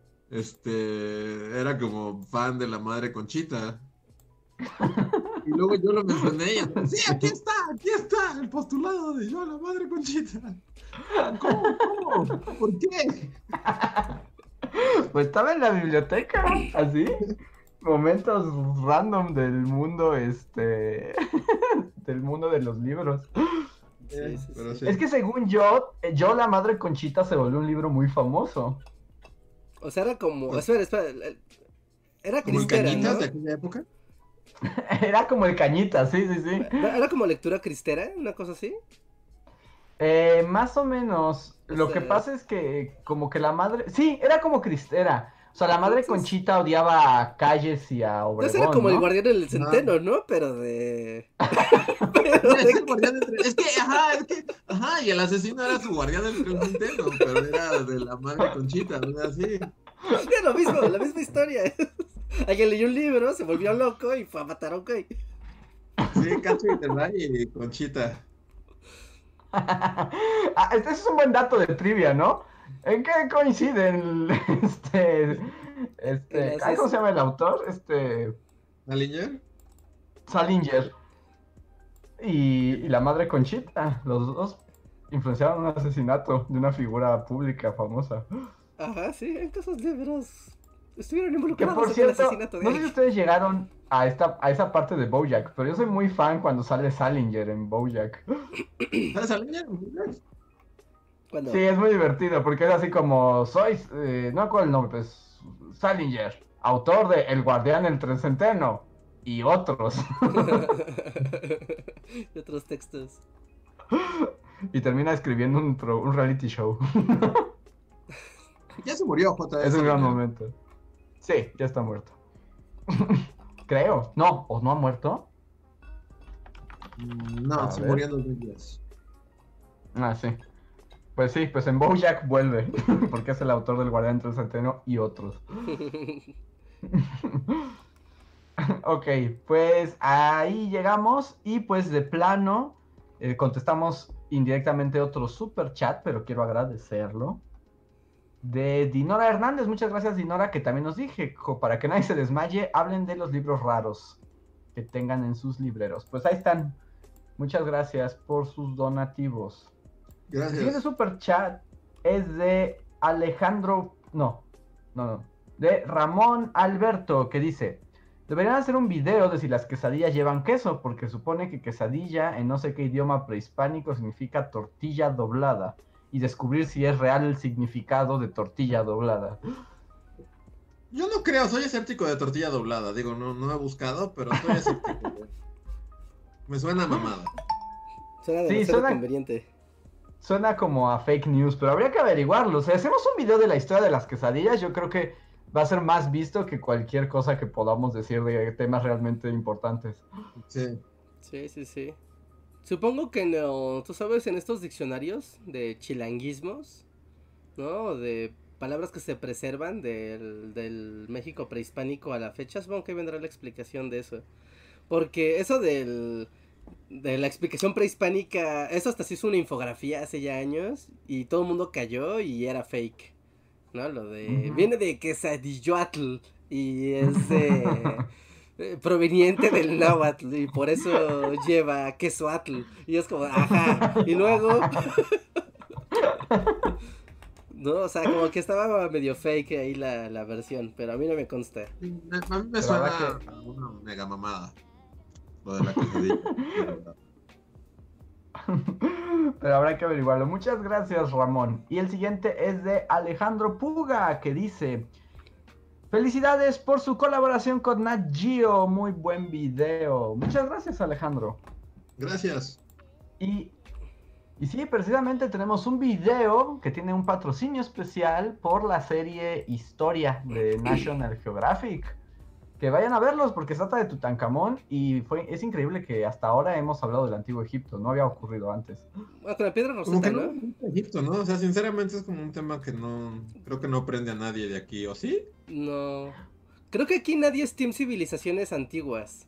era como fan de la madre Conchita. Y luego yo lo mencioné y así, sí, aquí está, el postulado de yo, la madre Conchita. ¿Cómo? ¿Por qué? Pues estaba en la biblioteca, así. Momentos random del mundo, del mundo de los libros. Sí, sí, Pero sí. sí. Es que según yo, la madre Conchita se volvió un libro muy famoso. O sea, era como. Pues- Espera. Era ¿Como el cristera, Cañitas ¿no? de aquella época? Era como el Cañita, sí. Era como lectura cristera, una cosa así. Más o menos. Lo que sea- pasa es que como que la madre... Sí, era como cristera. O sea, la madre Entonces- Conchita odiaba a Calles y a Entonces Obregón, era como el ¿no? guardián del centeno, ¿no? Pero de. Es el guardián es que, ajá, y el asesino era su guardián del Nintendo, pero era de la madre Conchita, o sea, sí. Es lo mismo, la misma historia. Alguien leyó un libro, se volvió loco y fue a matar a un güey. Sí, Cacho y Terray y Conchita. Este es un buen dato de trivia, ¿no? ¿En qué coinciden? ¿Cómo se llama el autor? ¿Salinger? Salinger y la madre Conchita. Los dos influenciaron un asesinato de una figura pública famosa. Ajá, sí, en esos libros estuvieron Que involucrados por en el cierto, asesinato de no sé si alguien. ustedes llegaron a esa parte de BoJack, pero yo soy muy fan cuando sale Salinger en BoJack. ¿Sabes Salinger? Cuando... Sí, es muy divertido porque es así como no recuerdo el nombre, pues Salinger, autor de El Guardián del Trecenteno y otros. y otros textos. Y termina escribiendo un reality show. Ya se murió, J. Es un gran momento. Sí, ya está muerto. Creo. No, ¿o no ha muerto? No, A se ver. murió en 2010. Ah, sí. Pues sí, pues en BoJack vuelve, porque es el autor del Guardián del Centeno y otros. Ok, pues ahí llegamos y pues de plano contestamos indirectamente otro super chat, pero quiero agradecerlo. De Dinora Hernández, muchas gracias Dinora, que también nos dije, para que nadie se desmaye, hablen de los libros raros que tengan en sus libreros. Pues ahí están. Muchas gracias por sus donativos. El siguiente Gracias. super chat es de Alejandro, de Ramón Alberto, que dice: deberían hacer un video de si las quesadillas llevan queso, porque supone que quesadilla en no sé qué idioma prehispánico significa tortilla doblada, y descubrir si es real el significado de tortilla doblada. Yo no creo, soy escéptico de tortilla doblada. Digo, no he buscado, pero soy escéptico. Me suena mamada. Suena Sí, demasiado suena- conveniente. Suena como a fake news, pero habría que averiguarlo. Si hacemos un video de la historia de las quesadillas, yo creo que va a ser más visto que cualquier cosa que podamos decir de temas realmente importantes. Sí. Sí. Supongo que no, tú sabes, en estos diccionarios de chilanguismos, ¿no? De palabras que se preservan del México prehispánico a la fecha, supongo que vendrá la explicación de eso. Porque eso de la explicación prehispánica, eso hasta se hizo una infografía hace ya años y todo el mundo cayó y era fake, ¿no? Lo de... Ujú. Viene de Quesadilloatl y es de... proveniente del náhuatl y por eso lleva quesoatl y es como, ajá, y luego... no, o sea, como que estaba medio fake ahí la versión, pero a mí no me consta. A mí me Pero suena habrá a una mega mamada. Lo de la quesadilla. Pero habrá que averiguarlo. Muchas gracias, Ramón. Y el siguiente es de Alejandro Puga, que dice: felicidades por su colaboración con Nat Geo. Muy buen video. Muchas gracias, Alejandro. Gracias. Y sí, precisamente tenemos un video que tiene un patrocinio especial por la serie Historia de National Geographic, que vayan a verlos porque se trata de Tutankamón y es increíble que hasta ahora hemos hablado del Antiguo Egipto, no había ocurrido antes. Bueno, con la piedra Como roseta, que ¿no? no, Egipto, ¿no? O sea, sinceramente es como un tema que no, creo que no prende a nadie de aquí, ¿o sí? No. Creo que aquí nadie es Team Civilizaciones Antiguas.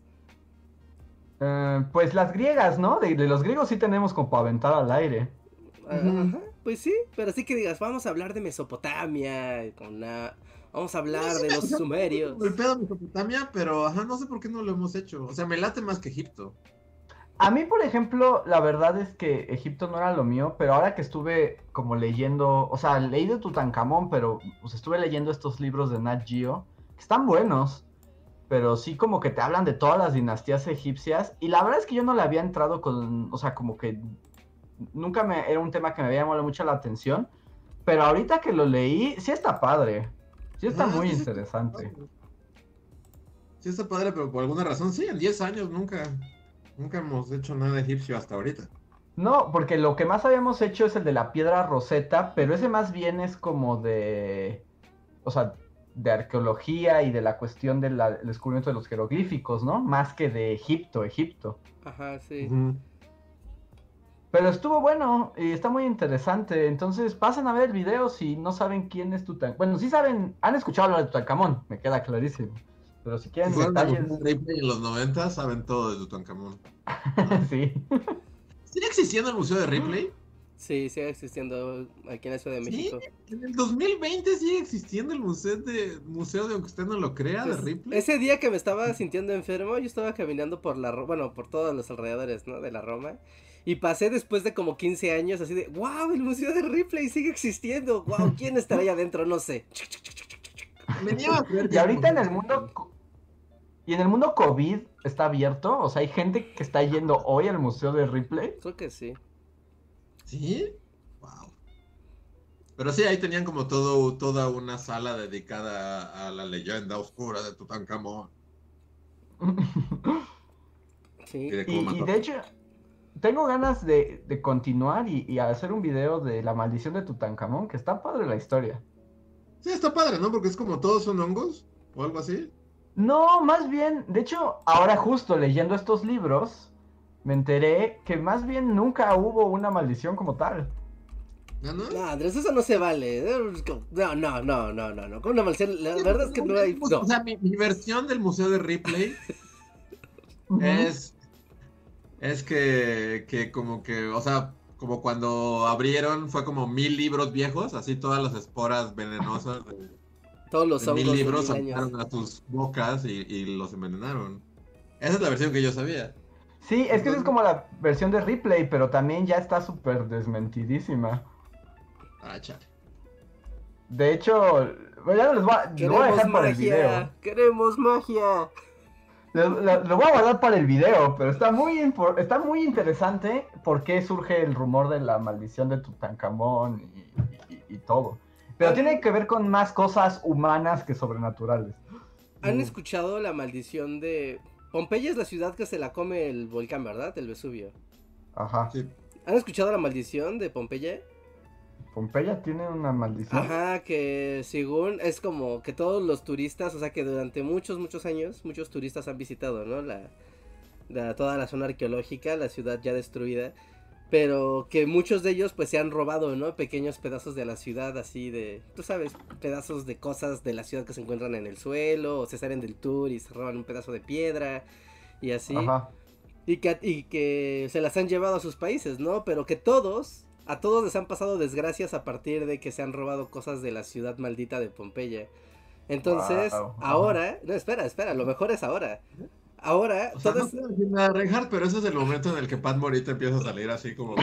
Pues las griegas, ¿no? De los griegos sí tenemos como para aventar al aire. Ajá, pues sí, pero sí que digas, vamos a hablar de Mesopotamia, vamos a hablar de los sumerios. El pedo de Mesopotamia, pero ajá, no sé por qué no lo hemos hecho. O sea, me late más que Egipto. A mí, por ejemplo, la verdad es que Egipto no era lo mío, pero ahora que estuve como leyendo, o sea, leí de Tutankamón, pero pues, estuve leyendo estos libros de Nat Geo, que están buenos, pero sí como que te hablan de todas las dinastías egipcias, y la verdad es que yo no le había entrado con, o sea, como que era un tema que me había llamado mucho la atención, pero ahorita que lo leí, sí está padre, sí está muy sí, interesante. Sí está padre, pero por alguna razón, sí, en 10 años nunca hemos hecho nada egipcio hasta ahorita. No, porque lo que más habíamos hecho es el de la piedra Roseta, pero ese más bien es como de, o sea, de arqueología y de la cuestión del descubrimiento de los jeroglíficos, ¿no? Más que de Egipto. Ajá, sí. Pero estuvo bueno y está muy interesante, entonces pasen a ver el video si no saben quién es Tutankamón. Bueno, sí saben, han escuchado hablar de Tutankamón, me queda clarísimo. Pero si quieren detalles... En los 90 saben todo de Tutankamón. Sí. ¿Sigue existiendo el Museo de Ripley? Sí, sigue existiendo aquí en la Ciudad de México. En el 2020 sigue existiendo el museo de aunque usted no lo crea, Pues, de Ripley. ese día que me estaba sintiendo enfermo, yo estaba caminando por por todos los alrededores, ¿no? De la Roma. Y pasé después de como 15 años así de, wow, el Museo de Ripley sigue existiendo. Wow, ¿quién estará ahí adentro? No sé. Y ahorita en el mundo... ¿Y en el mundo COVID está abierto? O sea, ¿hay gente que está yendo hoy al Museo de Ripley? Creo que sí. ¿Sí? Wow. Pero sí, ahí tenían como toda una sala dedicada a la leyenda oscura de Tutankamón. Sí. Y de hecho, tengo ganas de continuar y hacer un video de la maldición de Tutankamón, que está padre la historia. Sí, está padre, ¿no? Porque es como todos son hongos o algo así. No, más bien, de hecho, ahora justo leyendo estos libros, me enteré que más bien nunca hubo una maldición como tal. ¿No? No, Andrés, eso no se vale. No. Con una maldición, la verdad es que no hay. No. O sea, mi versión del Museo de Ripley es que como que, o sea, como cuando abrieron fue como 1000 libros viejos, así todas las esporas venenosas de Todos los hongos 1000 libros de 1000 años. saltaron a tus bocas y los envenenaron. Esa es la versión que yo sabía. Sí, es que esa es como la versión de Ripley, pero también ya está súper desmentidísima. Ah, chale. De hecho, bueno, ya no les voy a dejar para el video. Queremos magia. Lo voy a guardar para el video, pero está muy interesante por qué surge el rumor de la maldición de Tutankamón y todo. Pero tiene que ver con más cosas humanas que sobrenaturales. ¿Han escuchado la maldición de... Pompeya es la ciudad que se la come el volcán, ¿verdad? El Vesubio. Ajá. Sí. ¿Han escuchado la maldición de Pompeya? ¿Pompeya tiene una maldición? Ajá, que según es como que todos los turistas, o sea que durante muchos años, muchos turistas han visitado, ¿no? Toda la zona arqueológica, la ciudad ya destruida, pero que muchos de ellos pues se han robado, ¿no? Pequeños pedazos de la ciudad, así de, tú sabes, pedazos de cosas de la ciudad que se encuentran en el suelo, o se salen del tour y se roban un pedazo de piedra, y así. Ajá. Y que se las han llevado a sus países, ¿no? Pero que a todos les han pasado desgracias a partir de que se han robado cosas de la ciudad maldita de Pompeya. Entonces, Wow. ahora, no, espera, lo mejor es ahora. Ahora, O sea, no quiero decir nada, Reinhardt, pero ese es el momento en el que Pat Morita empieza a salir así como...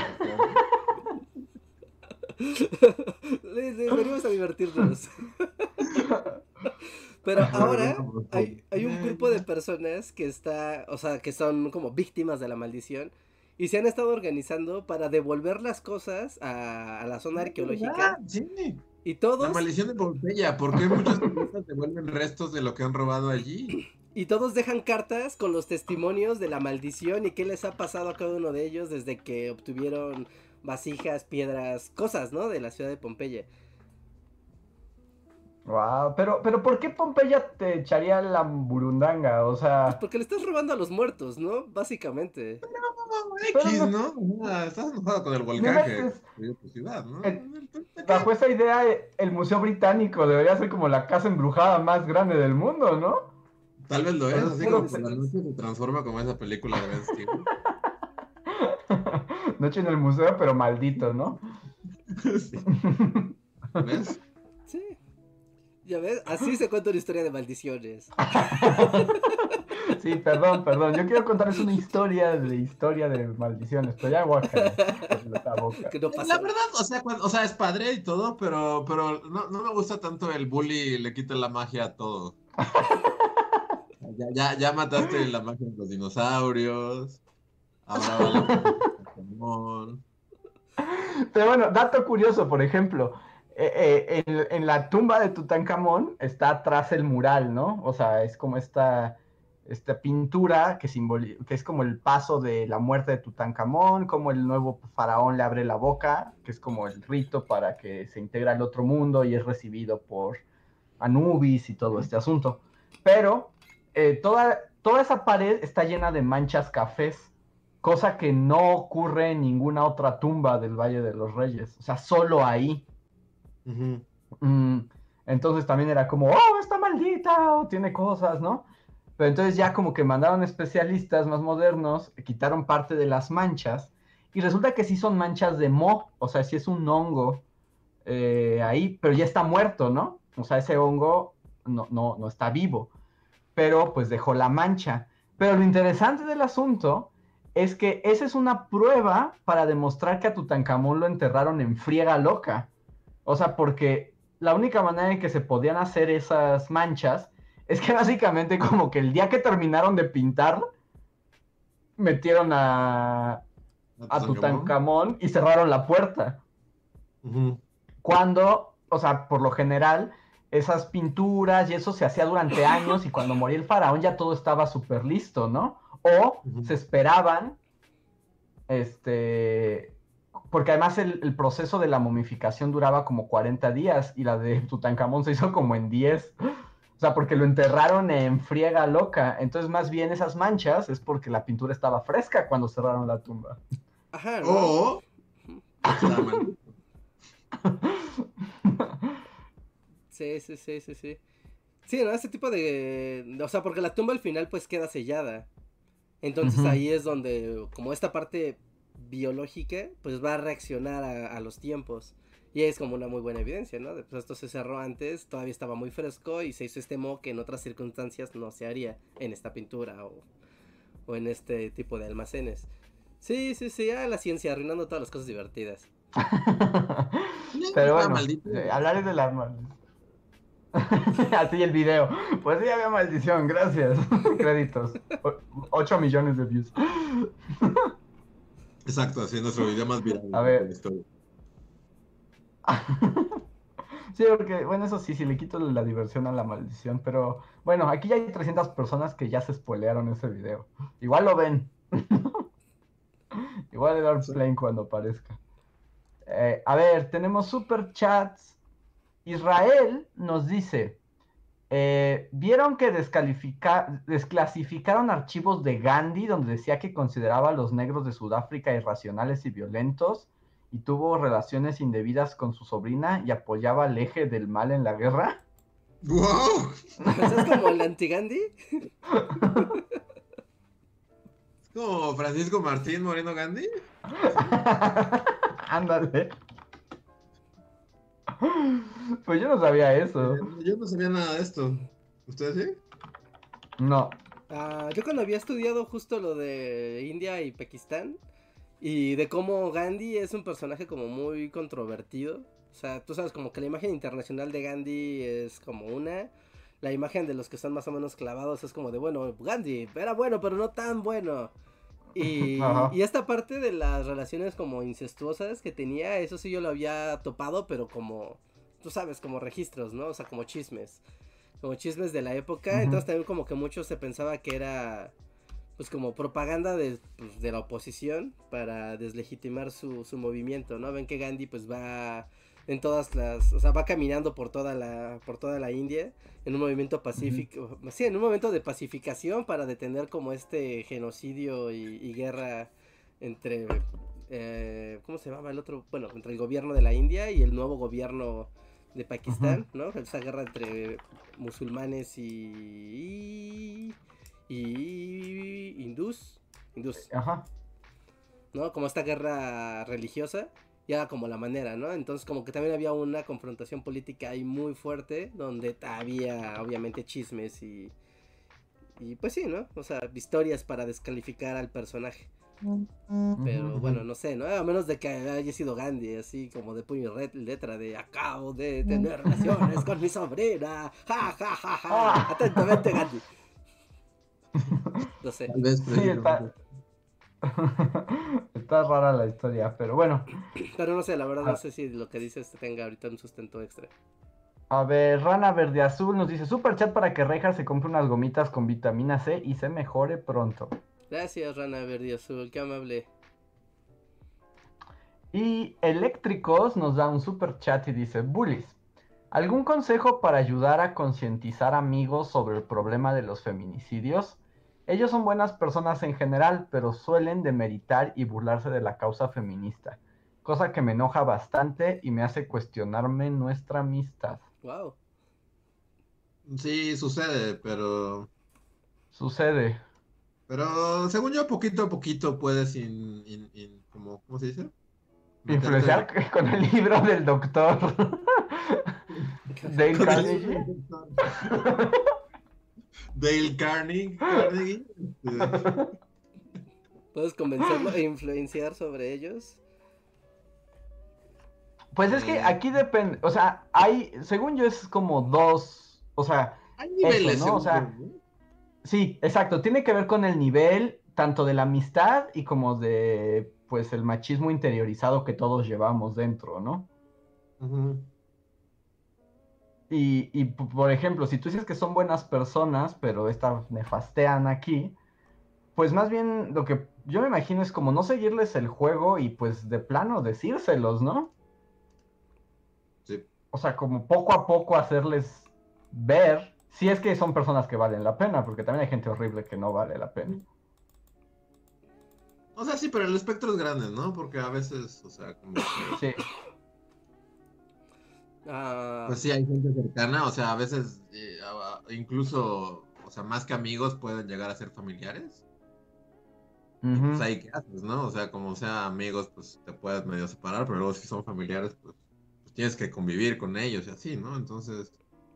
venimos a divertirnos. Pero ahora hay un grupo de personas que que son como víctimas de la maldición y se han estado organizando para devolver las cosas a la zona arqueológica. Sí. Y todos... La maldición de Pompeya, ¿por qué muchos turistas devuelven restos de lo que han robado allí? Y todos dejan cartas con los testimonios de la maldición y qué les ha pasado a cada uno de ellos desde que obtuvieron vasijas, piedras, cosas, ¿no? De la ciudad de Pompeya. Wow, pero ¿por qué Pompeya te echaría la burundanga? O Pues sea, porque le estás robando a los muertos, ¿no? Básicamente. No, pero X, ¿no? Estás enojado con el no volcán que inventes. destruyó tu ciudad, ¿no? eh, ¿Qué? Bajo esa idea, el Museo Británico debería ser como la casa embrujada más grande del mundo, ¿no? Tal vez lo O es, sea, es así como puro... por la noche se transforma como esa película de Ben Stiller. Noche en el museo, pero maldito, ¿no? Sí. ¿Ves? Sí. Ya ves, así se cuenta una historia de maldiciones. Sí, perdón. Yo quiero contarles una historia de maldiciones, pero ya guácala, por la boca. Que no La pasó. verdad, o sea, es padre y todo, pero no me gusta tanto el bully le quita la magia a todo. Ya mataste la magia de los dinosaurios, ahora va la magia de Pokémon. Pero bueno, dato curioso, por ejemplo, en la tumba de Tutankamón está atrás el mural, ¿no? O sea, es como esta pintura que es como el paso de la muerte de Tutankamón, como el nuevo faraón le abre la boca, que es como el rito para que se integra al otro mundo y es recibido por Anubis y todo este asunto. Pero toda esa pared está llena de manchas cafés, cosa que no ocurre en ninguna otra tumba del Valle de los Reyes, o sea, solo ahí. Ujú. Mm, entonces también era como, oh, está maldita, o tiene cosas, ¿no? Pero entonces ya como que mandaron especialistas más modernos, quitaron parte de las manchas, y resulta que sí son manchas de moho, o sea, sí es un hongo ahí, pero ya está muerto, ¿no? O sea, ese hongo no está vivo, pero pues dejó la mancha. Pero lo interesante del asunto es que esa es una prueba para demostrar que a Tutankamón lo enterraron en friega loca. O sea, porque la única manera en que se podían hacer esas manchas es que básicamente como que el día que terminaron de pintar, metieron a Tutankamón. Tutankamón y cerraron la puerta. Ujú. Cuando, o sea, por lo general, esas pinturas y eso se hacía durante años y cuando moría el faraón ya todo estaba súper listo, ¿no? O Ujú. se esperaban, este, porque además el proceso de la momificación duraba como 40 días y la de Tutankamón se hizo como en 10. O sea, porque lo enterraron en friega loca. Entonces, más bien esas manchas es porque la pintura estaba fresca cuando cerraron la tumba. Ajá, ¿no? O porque estaba maldito. Sí, sí, sí, sí, sí. Sí, ¿no? Ese tipo de... O sea, porque la tumba al final pues queda sellada. Entonces Ujú. ahí es donde, como esta parte biológica, pues va a reaccionar a los tiempos. Y es como una muy buena evidencia, ¿no? Pues esto se cerró antes, todavía estaba muy fresco y se hizo este moho que en otras circunstancias no se haría en esta pintura o en este tipo de almacenes. Sí, sí, sí, la ciencia arruinando todas las cosas divertidas. No, Pero estaba bueno, maldito. hablaré de la maldición. Así el video. Pues sí, había maldición, gracias. Créditos. 8 millones de views. Exacto, así es nuestro video más viral A de la ver. historia. Sí, porque, bueno, eso sí, si le quito la diversión a la maldición, pero bueno, aquí ya hay 300 personas que ya se spoilearon ese video. Igual lo ven. Igual le dan Sí. play cuando aparezca. A ver, tenemos super chats. Israel nos dice, ¿vieron que desclasificaron archivos de Gandhi donde decía que consideraba a los negros de Sudáfrica irracionales y violentos y tuvo relaciones indebidas con su sobrina y apoyaba al eje del mal en la guerra? ¡Wow! O sea, es como el anti-Gandhi. Es como Francisco Martín Moreno Gandhi. Ándale. Pues yo no sabía eso. Yo no sabía nada de esto. ¿Ustedes sí? No. Yo cuando había estudiado justo lo de India y Pakistán y de cómo Gandhi es un personaje como muy controvertido. O sea, tú sabes como que la imagen internacional de Gandhi es como una. La imagen de los que son más o menos clavados es como de, bueno, Gandhi era bueno, pero no tan bueno. Y Ajá. esta parte de las relaciones como incestuosas que tenía, eso sí yo lo había topado, pero como, tú sabes, como registros, ¿no? O sea, como chismes de la época. Ujú. Entonces también como que mucho se pensaba que era pues como propaganda pues, de la oposición para deslegitimar su movimiento, ¿no? Ven que Gandhi pues va en todas las, o sea, va caminando por toda la India en un movimiento pacífico, sí, en un momento de pacificación para detener como este genocidio y guerra entre, ¿cómo se llamaba el otro? Bueno, entre el gobierno de la India y el nuevo gobierno de Pakistán, ¿no? Esa guerra entre musulmanes y hindús, Ajá. ¿no? Como esta guerra religiosa, y era como la manera, ¿no? Entonces como que también había una confrontación política ahí muy fuerte, donde había obviamente chismes y pues sí, ¿no? O sea, historias para descalificar al personaje. Pero bueno, no sé, ¿no? A menos de que haya sido Gandhi, así como de puño y letra de acabo de tener relaciones con mi sobrina. Ja, ja, ja, ja. Atentamente, Gandhi. No sé. Tal vez Sí, precisamente. está rara la historia, pero bueno. Pero no sé, la verdad no sé si lo que dices tenga ahorita un sustento extra. A ver, Rana Verde Azul nos dice, super chat para que Rejas se compre unas gomitas con vitamina C y se mejore pronto. Gracias, Rana Verde Azul, qué amable. Y Eléctricos nos da un super chat y dice, Bullies, ¿algún consejo para ayudar a concientizar amigos sobre el problema de los feminicidios? Ellos son buenas personas en general, pero suelen demeritar y burlarse de la causa feminista, cosa que me enoja bastante y me hace cuestionarme nuestra amistad. Wow. Sí, sucede, Sucede. pero según yo, poquito a poquito puedes como, ¿cómo se dice? Meterte. Influenciar con el libro del doctor Dale Con el libro Carnegie. del doctor Dale Carnegie. ¿Puedes convencerlo e influenciar sobre ellos? Pues es que aquí depende, o sea, hay, según yo es como dos, o sea, Hay eso, niveles, ¿no? O según yo, sea, ¿no? sí, exacto, tiene que ver con el nivel tanto de la amistad y como de, pues, el machismo interiorizado que todos llevamos dentro, ¿no? Ujú. Por ejemplo, si tú dices que son buenas personas, pero estas nefastean aquí, pues más bien lo que yo me imagino es como no seguirles el juego y pues de plano decírselos, ¿no? Sí. O sea, como poco a poco hacerles ver, si es que son personas que valen la pena, porque también hay gente horrible que no vale la pena. O sea, sí, pero el espectro es grande, ¿no? Porque a veces, o sea, como que, Sí. Ah, pues sí, hay gente cercana, o sea, a veces incluso, o sea, más que amigos pueden llegar a ser familiares. Y pues Ujú. ahí qué haces, ¿no? O sea, como sea amigos, pues te puedes medio separar, pero luego si son familiares, pues tienes que convivir con ellos y así, ¿no? Entonces,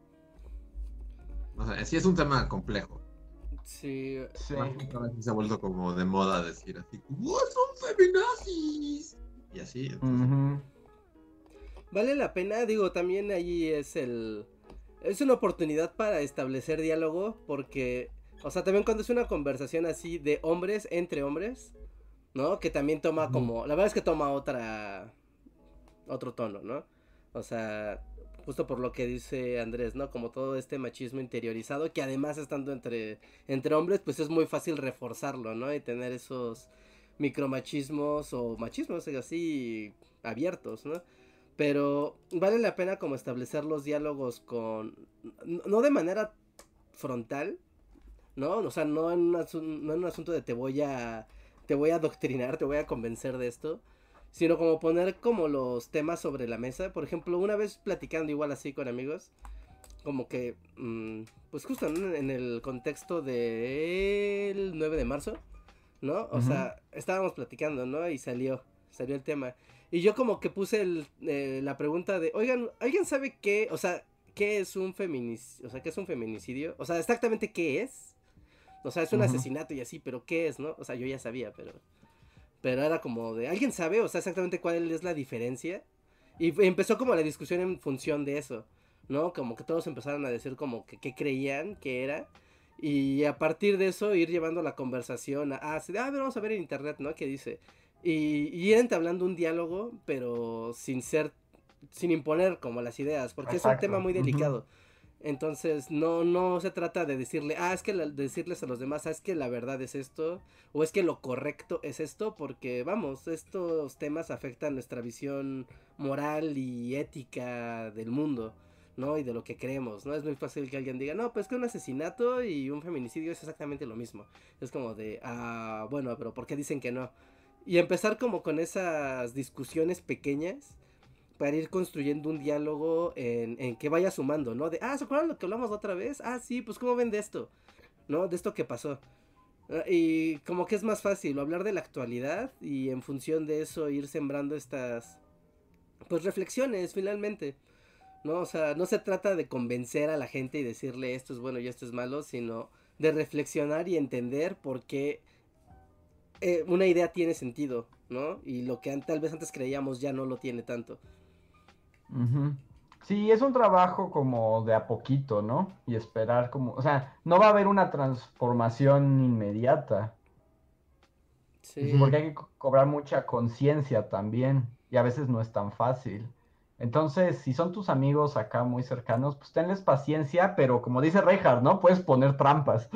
o sea, sí es un tema complejo. sí. Sí. Más que otra vez se ha vuelto como de moda decir así, ¡oh, son feminazis! Y así, entonces. Ujú. Vale la pena, digo, también allí es una oportunidad para establecer diálogo porque, o sea, también cuando es una conversación así de hombres entre hombres, ¿no? Que también toma Ujú. como, la verdad es que toma otro tono, ¿no? O sea, justo por lo que dice Andrés, ¿no? Como todo este machismo interiorizado, que además estando entre hombres, pues es muy fácil reforzarlo, ¿no? Y tener esos micromachismos o machismos así abiertos, ¿no? Pero vale la pena como establecer los diálogos no de manera frontal, ¿no? O sea, no en un asunto de te voy a adoctrinar, te voy a convencer de esto, sino como poner como los temas sobre la mesa. Por ejemplo, una vez platicando igual así con amigos, como que, pues justo, ¿no? En el contexto del 9 de marzo, ¿no? O Ujú. sea, estábamos platicando, ¿no? Y salió el tema. Y yo como que puse la pregunta de, oigan, ¿alguien sabe qué? O sea, ¿qué es un feminicidio? O sea, ¿qué es un feminicidio? O sea, exactamente qué es. O sea, es un Ujú. asesinato y así, pero ¿qué es, no? O sea, yo ya sabía, pero era como de, ¿alguien sabe? O sea, exactamente cuál es la diferencia. Y empezó como la discusión en función de eso, ¿no? Como que todos empezaron a decir como que qué creían que era. Y a partir de eso ir llevando la conversación a ver, vamos a ver en internet, ¿no? ¿Qué dice? Y ir entablando un diálogo, pero sin imponer como las ideas, porque es un tema Exacto. muy Ujú. delicado. Entonces, no se trata de decirle, es que decirles a los demás, es que la verdad es esto, o es que lo correcto es esto, porque vamos, estos temas afectan nuestra visión moral y ética del mundo, ¿no? Y de lo que creemos, ¿no? Es muy fácil que alguien diga, no, pues que un asesinato y un feminicidio es exactamente lo mismo. Es como de, bueno, pero ¿por qué dicen que no? Y empezar como con esas discusiones pequeñas para ir construyendo un diálogo en que vaya sumando, ¿no? De, ¿se acuerdan lo que hablamos la otra vez? Sí, pues ¿cómo ven de esto? ¿No? De esto que pasó. Y como que es más fácil hablar de la actualidad y en función de eso ir sembrando estas, pues, reflexiones finalmente, ¿no? O sea, no se trata de convencer a la gente y decirle esto es bueno y esto es malo, sino de reflexionar y entender por qué una idea tiene sentido, ¿no? Y lo que tal vez antes creíamos ya no lo tiene tanto. Uh-huh. Sí, es un trabajo como de a poquito, ¿no? Y esperar como, o sea, no va a haber una transformación inmediata. Sí. Porque hay que cobrar mucha conciencia también, y a veces no es tan fácil. Entonces, si son tus amigos acá muy cercanos, pues tenles paciencia, pero como dice Reinhardt, ¿no? Puedes poner trampas.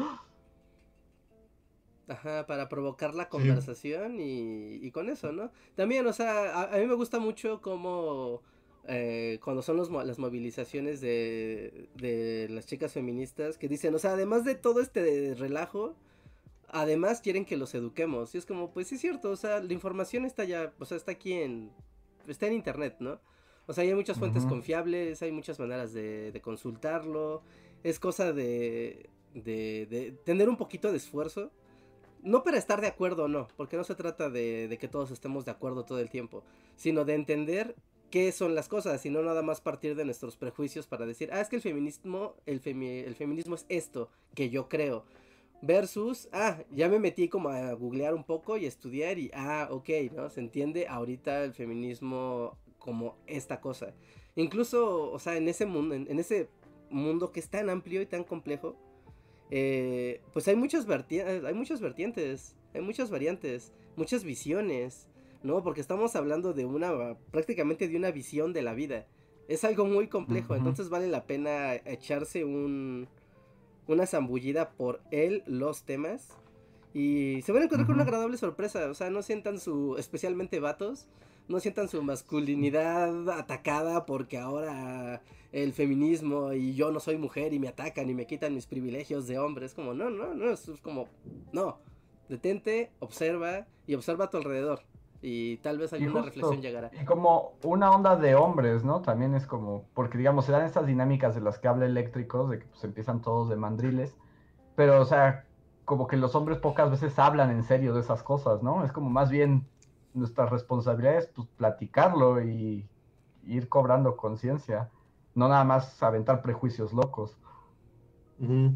Ajá, para provocar la Sí. conversación y con eso, ¿no? También, o sea, a mí me gusta mucho cómo cuando son las movilizaciones de las chicas feministas que dicen, o sea, además de todo este relajo, además quieren que los eduquemos. Y es como, pues sí es cierto, o sea, la información está ya, o sea, está está en internet, ¿no? O sea, hay muchas fuentes Ujú. confiables, hay muchas maneras de consultarlo. Es cosa de tener un poquito de esfuerzo. No para estar de acuerdo o no, porque no se trata de que todos estemos de acuerdo todo el tiempo, sino de entender qué son las cosas y no nada más partir de nuestros prejuicios para decir, es que el feminismo, el feminismo es esto que yo creo. Versus, ya me metí como a googlear un poco y estudiar y, ok, ¿no? Se entiende ahorita el feminismo como esta cosa. Incluso, o sea, en ese mundo, en ese mundo que es tan amplio y tan complejo, pues hay muchas vertientes, hay muchas variantes, muchas visiones, ¿no? Porque estamos hablando de prácticamente de una visión de la vida. Es algo muy complejo, Ujú. entonces vale la pena echarse una zambullida por los temas. Y se van a encontrar con una Ujú. agradable sorpresa. O sea, no sientan especialmente vatos, no sientan su masculinidad atacada porque ahora el feminismo y yo no soy mujer y me atacan y me quitan mis privilegios de hombre. Es como, no, es como, no. Detente, observa y observa a tu alrededor. Y tal vez Y alguna reflexión justo, llegará. y como una onda de hombres, ¿no? También es como, porque digamos, se dan estas dinámicas de las que habla eléctricos, de que pues empiezan todos de mandriles, pero o sea, como que los hombres pocas veces hablan en serio de esas cosas, ¿no? Es como más bien nuestra responsabilidad es pues platicarlo y ir cobrando conciencia, no nada más aventar prejuicios locos. Ujú.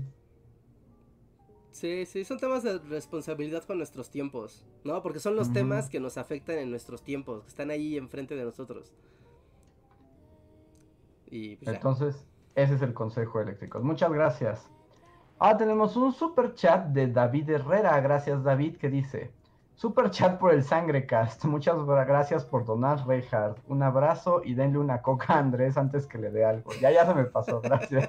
Sí, sí, son temas de responsabilidad con nuestros tiempos, ¿no? Porque son los Ujú. temas que nos afectan en nuestros tiempos, que están ahí enfrente de nosotros. Y pues ya. Entonces, ese es el consejo eléctricos. Muchas gracias. Tenemos un super chat de David Herrera. Gracias, David, que dice: Super chat por el Sangrecast. Muchas gracias por donar, Reinhardt. Un abrazo y denle una coca a Andrés antes que le dé algo. Ya se me pasó, gracias.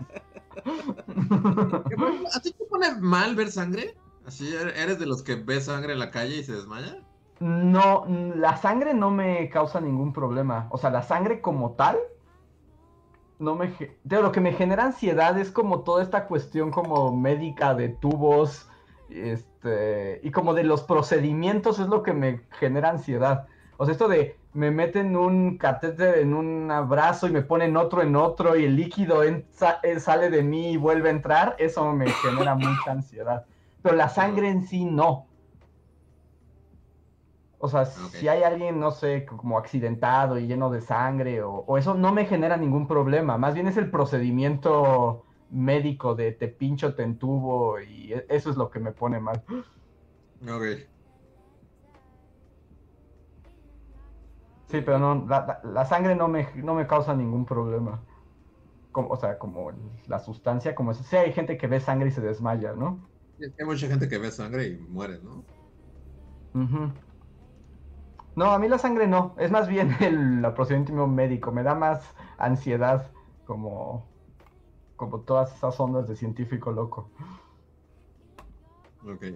Por ejemplo, ¿a ti te pone mal ver sangre? ¿Así eres de los que ve sangre en la calle y se desmaya? No, la sangre no me causa ningún problema. O sea, la sangre como tal, no me... lo que me genera ansiedad es como toda esta cuestión como médica de tubos, y como de los procedimientos es lo que me genera ansiedad. O sea, esto de me meten un catéter en un brazo y me ponen otro en otro y el líquido sale de mí y vuelve a entrar, eso me genera mucha ansiedad. Pero la No. sangre en sí no. O sea, Ok. si hay alguien, no sé, como accidentado y lleno de sangre o eso no me genera ningún problema. Más bien es el procedimiento médico de te pincho, te entubo y eso es lo que me pone mal. Ok. Sí, pero no, la sangre no me causa ningún problema. O sea, como la sustancia, como eso. Sí, hay gente que ve sangre y se desmaya, ¿no? Hay mucha gente que ve sangre y muere, ¿no? Ujú. No, a mí la sangre no. Es más bien el procedimiento médico. Me da más ansiedad como como todas esas ondas de científico loco. Ok.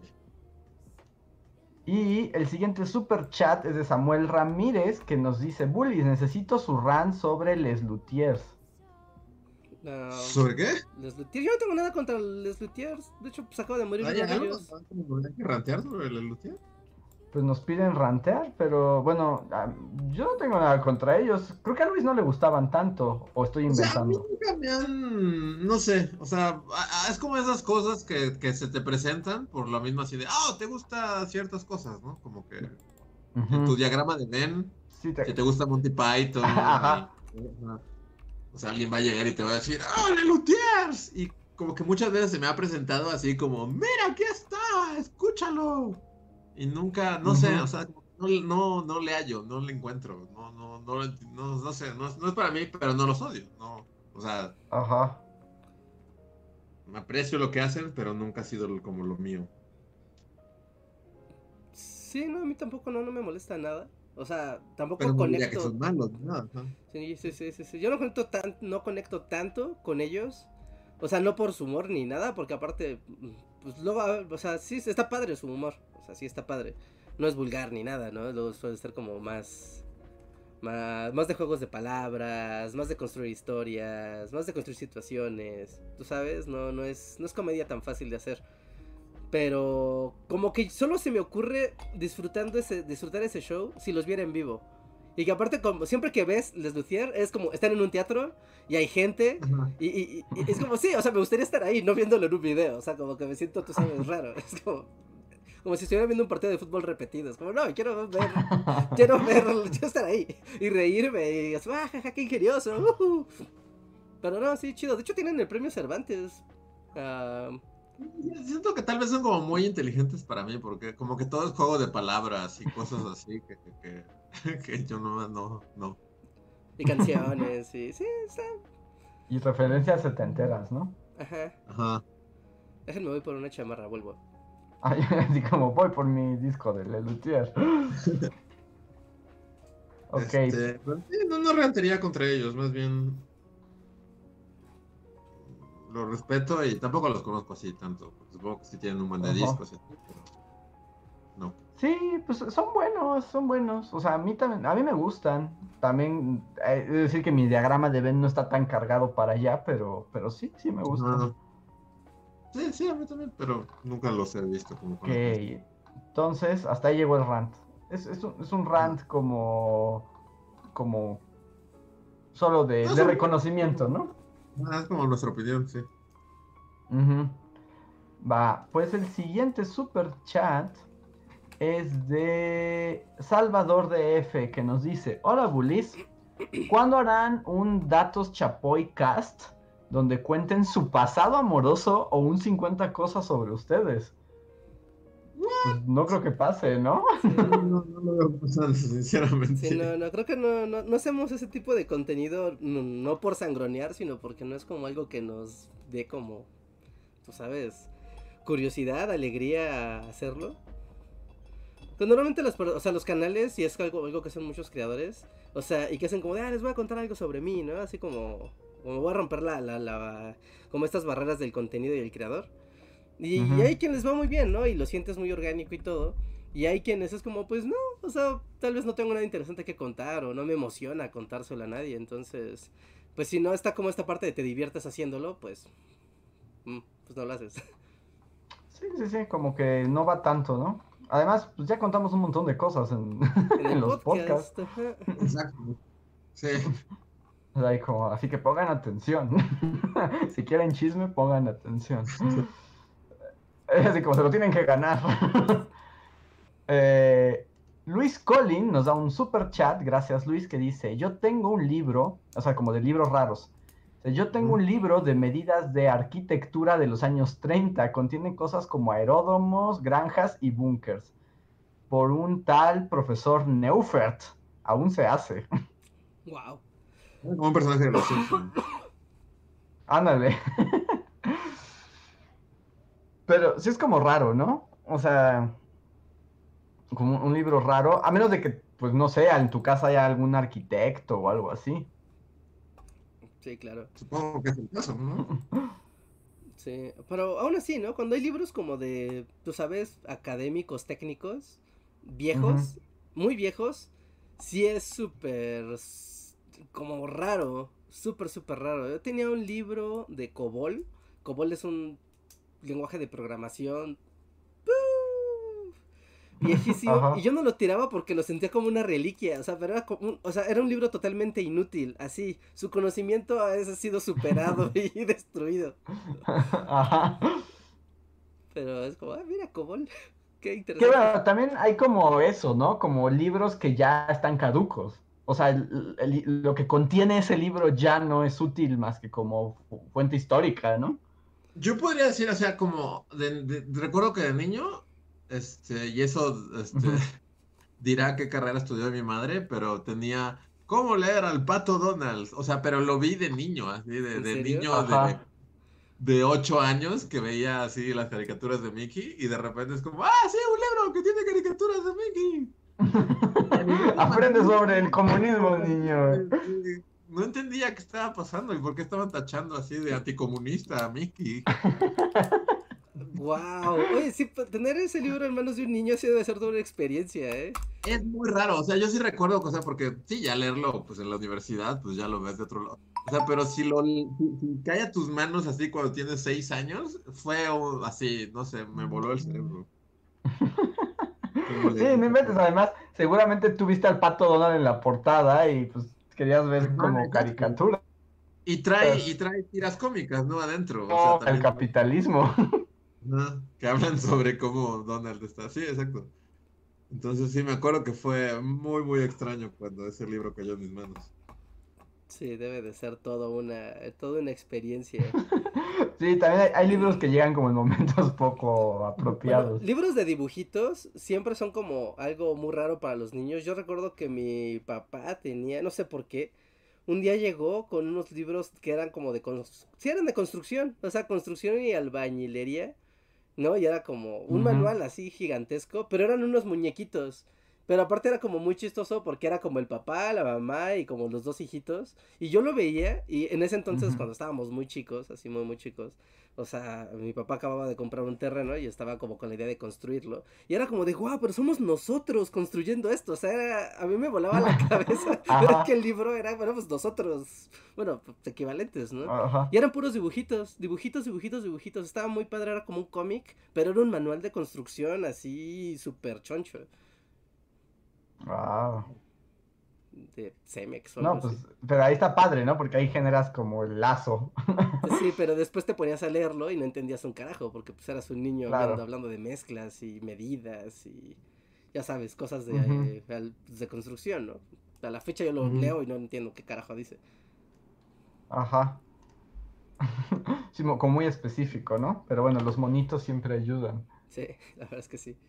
Y el siguiente super chat es de Samuel Ramírez, que nos dice: Bullies, necesito su rant sobre Les Luthiers. ¿Sobre qué? Les Luthiers. Yo no tengo nada contra Les Luthiers. De hecho, pues acaba de morir uno de ellos. ¿Hay que rantear sobre el Luthier? Pues nos piden rantear, pero bueno, yo no tengo nada contra ellos. Creo que a Luis no le gustaban tanto, o estoy O sea, a mí inventando. nunca me han, no sé, o sea, es como esas cosas que se te presentan por lo mismo así de, te gusta ciertas cosas, ¿no? Como que en tu Ujú. diagrama de Venn, Sí, si te gusta Monty Python, Ajá. o sea, alguien va a llegar y te va a decir, ¡oh, Le Luthiers! Y como que muchas veces se me ha presentado así como, ¡mira, aquí está! ¡Escúchalo! Y nunca, no sé, Ujú. o sea, no le hallo, no le encuentro, no sé, no es para mí, pero no los odio, no, o sea, Ajá. aprecio lo que hacen, pero nunca ha sido como lo mío. Sí, no, a mí tampoco no me molesta nada. O sea, Pero tampoco no diría que conecto. son malos, nada. ¿No? Sí. Yo no conecto tanto con ellos. O sea, no por su humor ni nada, porque aparte, pues luego, o sea, sí, está padre su humor. O sea, sí está padre. No es vulgar ni nada, ¿no? Luego suele ser como más de juegos de palabras, más de construir historias, más de construir situaciones. Tú sabes, no es comedia tan fácil de hacer. Pero como que solo se me ocurre disfrutar ese show si los viera en vivo. Y que aparte, como siempre que ves Les Luthiers, es como están en un teatro y hay gente. Ajá. Y es como, sí, o sea, me gustaría estar ahí, no viéndolo en un video. O sea, como que me siento, tú sabes, raro. Es como si estuviera viendo un partido de fútbol repetido. Es como, no, quiero estar ahí y reírme. Y así, jaja, qué ingenioso. Pero no, sí, chido. De hecho, tienen el premio Cervantes. Ah, Siento que tal vez son como muy inteligentes para mí, porque como que todo es juego de palabras y cosas así que yo no. y canciones, y sí, está. Y referencias setenteras, ¿no? Ajá. Ajá. Déjenme voy por una chamarra, vuelvo. Ay, así como voy por mi disco de Le Luthier. Ok. Pues, sí, no rantería contra ellos, más bien los respeto y tampoco los conozco así tanto, porque supongo que sí tienen un buen de Ajá. discos, y así, pero no. Sí, pues son buenos, son buenos. O sea, a mí también, a mí me gustan. También, es decir que mi diagrama de Venn no está tan cargado para allá, pero sí, sí me gustan. No. Sí, a mí también, pero nunca los he visto como Ok, con atención. entonces hasta ahí llegó el rant. Es un rant como solo No, de reconocimiento, ¿no? es como nuestra opinión, sí. Ujú. Va, pues el siguiente super chat es de Salvador DF, que nos dice: Hola Bulis, ¿cuándo harán un Datos Chapoy cast donde cuenten su pasado amoroso o un 50 cosas sobre ustedes? Pues no creo que pase, ¿no? No lo veo pasando, Sí, sinceramente. no, creo que no hacemos ese tipo de contenido, no por sangronear, sino porque no es como algo que nos dé como, tú sabes, curiosidad, alegría a hacerlo. Pues normalmente los canales, y es algo que hacen muchos creadores, o sea, y que hacen como de, les voy a contar algo sobre mí, ¿no? Así como voy a romper como estas barreras del contenido y el creador. Y hay quien les va muy bien, ¿no? Y lo sientes muy orgánico y todo. Y hay quienes es como, pues no, o sea, tal vez no tengo nada interesante que contar o no me emociona contárselo a nadie. Entonces, pues si no está como esta parte de te diviertes haciéndolo, pues no lo haces. Sí, como que no va tanto, ¿no? Además, pues ya contamos un montón de cosas en, En el en los podcasts. podcast, ajá. Exacto. Sí. Así que pongan atención. Si quieren chisme, pongan atención. Es así como se lo tienen que ganar. Eh, Luis Collin nos da un super chat, gracias Luis, que dice: Yo tengo un libro, o sea, como de libros raros. Yo tengo un libro de medidas de arquitectura de los años 30. Contiene cosas como aeródromos, granjas y búnkers. Por un tal profesor Neufert. Aún se hace. Wow. Como un personaje de los Simpsons. Ándale. Pero sí es como raro, ¿no? O sea, como un libro raro. A menos de que, pues no sé, en tu casa haya algún arquitecto o algo así. Sí, claro. Supongo que es el caso, ¿no? Sí, pero aún así, ¿no? Cuando hay libros como de, tú sabes, académicos, técnicos, Ujú. viejos, muy viejos, sí es como raro, súper raro. Yo tenía un libro de COBOL. COBOL es un lenguaje de programación viejísimo, y Ajá. yo no lo tiraba porque lo sentía como una reliquia, o sea, pero era o sea, era un libro totalmente inútil, así, su conocimiento ha sido superado y destruido, Ajá. pero es como, mira, Cobol, qué Que interesante. bueno, también hay como eso, ¿no? Como libros que ya están caducos. O sea, lo que contiene ese libro ya no es útil más que como fuente histórica, ¿no? Yo podría decir, o sea, como, recuerdo que de niño, y eso, Ujú. dirá qué carrera estudió mi madre, pero tenía cómo leer al Pato Donald, o sea, pero lo vi de niño, así, ¿En de serio? niño Ajá. de 8 años que veía así las caricaturas de Mickey y de repente es como, ah, sí, un libro que tiene caricaturas de Mickey. Aprende sobre el comunismo, niño. No entendía qué estaba pasando y por qué estaban tachando así de anticomunista a Mickey. Wow, oye, sí, tener ese libro en manos de un niño sí debe ser toda una experiencia, ¿eh? Es muy raro, o sea, yo sí recuerdo, o sea, porque sí, ya leerlo, pues en la universidad, pues ya lo ves de otro lado. O sea, pero si cae a tus manos así cuando tienes 6 años, fue así, no sé, me voló el cerebro. Como Sí, leí no esa inventes. cosa. Además, seguramente tú viste al Pato Donald en la portada y pues querías ver Ajá, como exacto. caricaturas. Y trae tiras cómicas, ¿no? Adentro, o sea, No, el también, capitalismo. ajá, que hablan sobre cómo Donald está. Sí, exacto. Entonces sí, me acuerdo que fue muy, muy extraño cuando ese libro cayó en mis manos. Sí, debe de ser toda una experiencia. Sí, también hay libros que llegan como en momentos poco Bueno, apropiados. libros de dibujitos siempre son como algo muy raro para los niños. Yo recuerdo que mi papá tenía, no sé por qué, un día llegó con unos libros que eran como sí eran de construcción, o sea, construcción y albañilería, ¿no? Y era como un Ujú. manual así gigantesco, pero eran unos muñequitos. Pero aparte era como muy chistoso porque era como el papá, la mamá y como los dos hijitos. Y yo lo veía y en ese entonces Ujú. cuando estábamos muy chicos, así muy muy chicos, o sea, mi papá acababa de comprar un terreno y estaba como con la idea de construirlo. Y era como de, guau, pero somos nosotros construyendo esto. O sea, a mí me volaba la cabeza ver que Ajá, el libro era, bueno, pues nosotros, bueno, pues, equivalentes, ¿no? ajá. Y eran puros dibujitos, dibujitos, dibujitos, dibujitos. Estaba muy padre, era como un cómic, pero era un manual de construcción así súper choncho. Wow. De Cemex o algo No, así. pues, pero ahí está padre, ¿no? Porque ahí generas como el lazo. Sí, pero después te ponías a leerlo y no entendías un carajo, porque pues eras un niño Claro. hablando de mezclas y medidas y ya sabes, cosas Ujú, de construcción, ¿no? A la fecha yo lo ujú. leo y no entiendo qué carajo dice. Ajá. Sí, como muy específico, ¿no? Pero bueno, los monitos siempre ayudan. Sí, la verdad es que sí.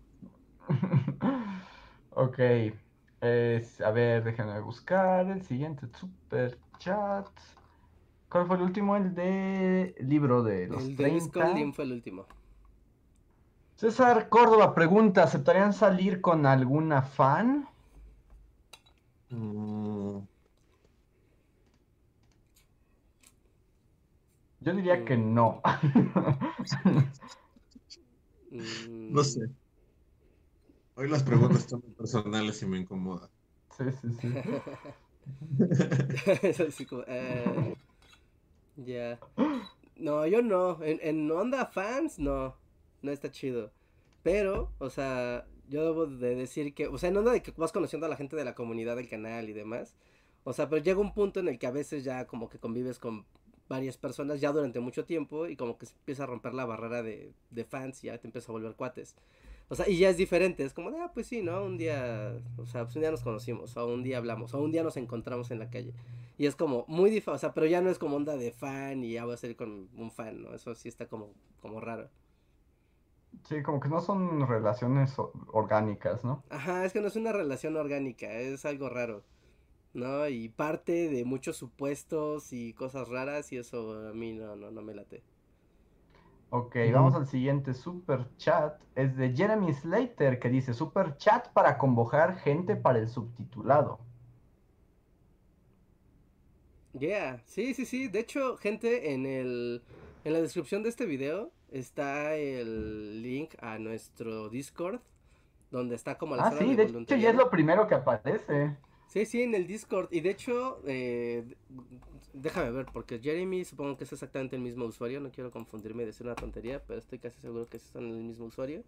Ok. A ver, déjenme buscar el siguiente super chat. ¿Cuál fue el último? El de libro de los El de Skull 30. Lim fue el último. César Córdoba pregunta, ¿aceptarían salir con alguna fan? Mm, Yo diría que Mm, no. no mm, sé. Hoy las preguntas están muy personales y me incomodan. Sí, sí, sí. es así como, ya. No, yo no. En onda fans, no. No está chido. Pero, o sea, yo debo de decir que, o sea, en onda de que vas conociendo a la gente de la comunidad del canal y demás. O sea, pero llega un punto en el que a veces ya como que convives con varias personas ya durante mucho tiempo y como que se empieza a romper la barrera de fans y ya te empieza a volver cuates. O sea, y ya es diferente, es como de, pues sí, ¿no? Un día, o sea, pues un día nos conocimos, o un día hablamos, o un día nos encontramos en la calle. Y es como muy diferente, o sea, pero ya no es como onda de fan y ya voy a salir con un fan, ¿no? Eso sí está como raro. Sí, como que no son relaciones orgánicas, ¿no? Ajá, es que no es una relación orgánica, es algo raro, ¿no? Y parte de muchos supuestos y cosas raras y eso a mí no me late. Ok, vamos Ujú. al siguiente super chat. Es de Jeremy Slater que dice super chat para convocar gente para el subtitulado. Yeah, sí. De hecho, gente, en la descripción de este video está el link a nuestro Discord, donde está como la Ah, sala sí, de de hecho ya es voluntariado. lo primero que aparece. Sí, en el Discord. Y de hecho, déjame ver, porque Jeremy supongo que es exactamente el mismo usuario. No quiero confundirme y decir una tontería, pero estoy casi seguro que son el mismo usuario.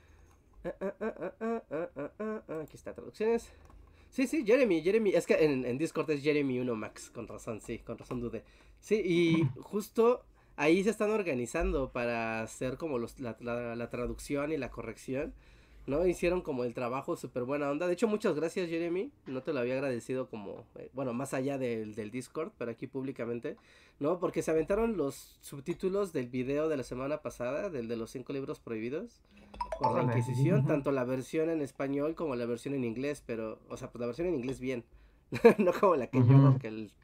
Aquí está, traducciones. Sí, Jeremy. Es que en Discord es Jeremy 1 Max, con razón dudé. Sí, y justo ahí se están organizando para hacer como la traducción y la corrección, ¿no? Hicieron como el trabajo súper buena onda. De hecho, muchas gracias, Jeremy. No te lo había agradecido como, bueno, más allá del Discord, pero aquí públicamente, ¿no? Porque se aventaron los subtítulos del video de la semana pasada, del de los 5 libros prohibidos por la Órale. Inquisición, tanto la versión en español como la versión en inglés, pero, o sea, pues la versión en inglés bien, no como la que yo hago,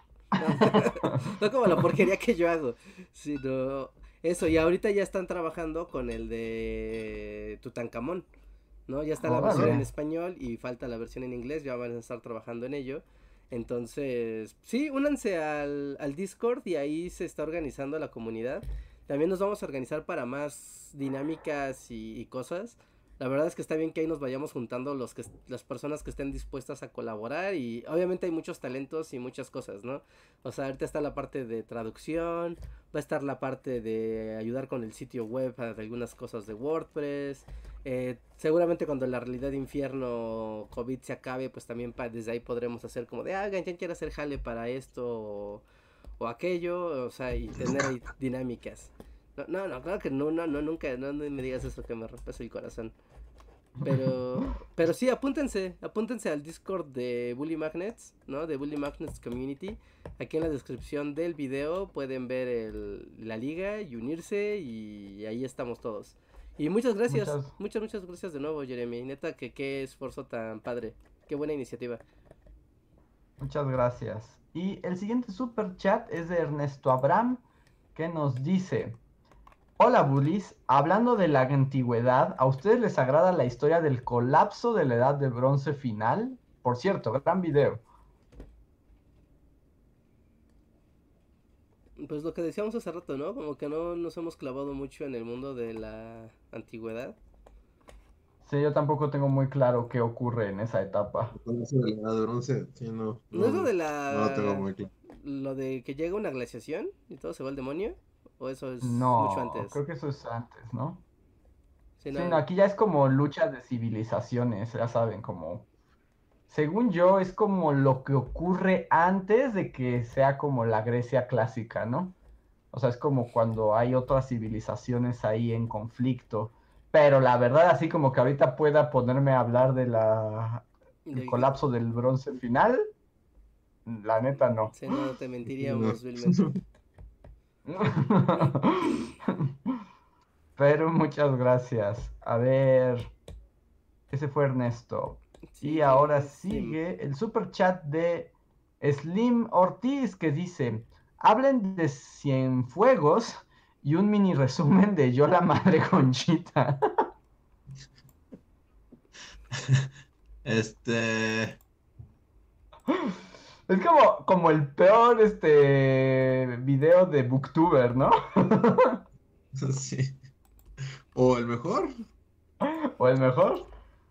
no como la porquería que yo hago, sino eso, y ahorita ya están trabajando con el de Tutankamón, ¿no? Ya está la versión en Órale. español y falta la versión en inglés, ya van a estar trabajando en ello. Entonces, sí, únanse al Discord y ahí se está organizando la comunidad. También nos vamos a organizar para más dinámicas y cosas. La verdad es que está bien que ahí nos vayamos juntando las personas que estén dispuestas a colaborar y obviamente hay muchos talentos y muchas cosas, ¿no? O sea, ahorita está la parte de traducción, va a estar la parte de ayudar con el sitio web de algunas cosas de WordPress. Seguramente cuando la realidad de infierno COVID se acabe, pues también desde ahí podremos hacer como de, ya quiero hacer jale para esto o aquello, o sea, y tener ahí dinámicas. No, claro que no, nunca, no me digas eso que me rompes el corazón. Pero sí, apúntense al Discord de Bully Magnets, ¿no? De Bully Magnets Community. Aquí en la descripción del video pueden ver la liga y unirse y ahí estamos todos. Y muchas gracias, muchas gracias de nuevo, Jeremy. Neta, que qué esfuerzo tan padre. Qué buena iniciativa. Muchas gracias. Y el siguiente super chat es de Ernesto Abram, que nos dice: Hola bullies, hablando de la antigüedad, ¿a ustedes les agrada la historia del colapso de la Edad de Bronce final? Por cierto, gran video. Pues lo que decíamos hace rato, ¿no? Como que no nos hemos clavado mucho en el mundo de la antigüedad. Sí, yo tampoco tengo muy claro qué ocurre en esa etapa. Con eso de la edad de bronce, sí, ¿No es lo de no lo tengo muy claro. lo de que llega una glaciación y todo se va al demonio? ¿O eso es mucho No, antes? creo que eso es antes, ¿no? Sí, Sí, no. no, aquí ya es como lucha de civilizaciones, ya saben, como... Según yo, es como lo que ocurre antes de que sea como la Grecia clásica, ¿no? O sea, es como cuando hay otras civilizaciones ahí en conflicto. Pero la verdad, así como que ahorita pueda ponerme a hablar de el colapso del bronce final, la neta no. Sí, no, te mentiríamos No. vilmente. Pero muchas gracias. A ver, ese fue Ernesto. Y ahora Sigue Slim. sigue el super chat de Slim Ortiz que dice: hablen de Cienfuegos y un mini resumen de Yo la Madre Conchita. Es como el peor video de Booktuber, ¿no? Sí. O el mejor. O el mejor.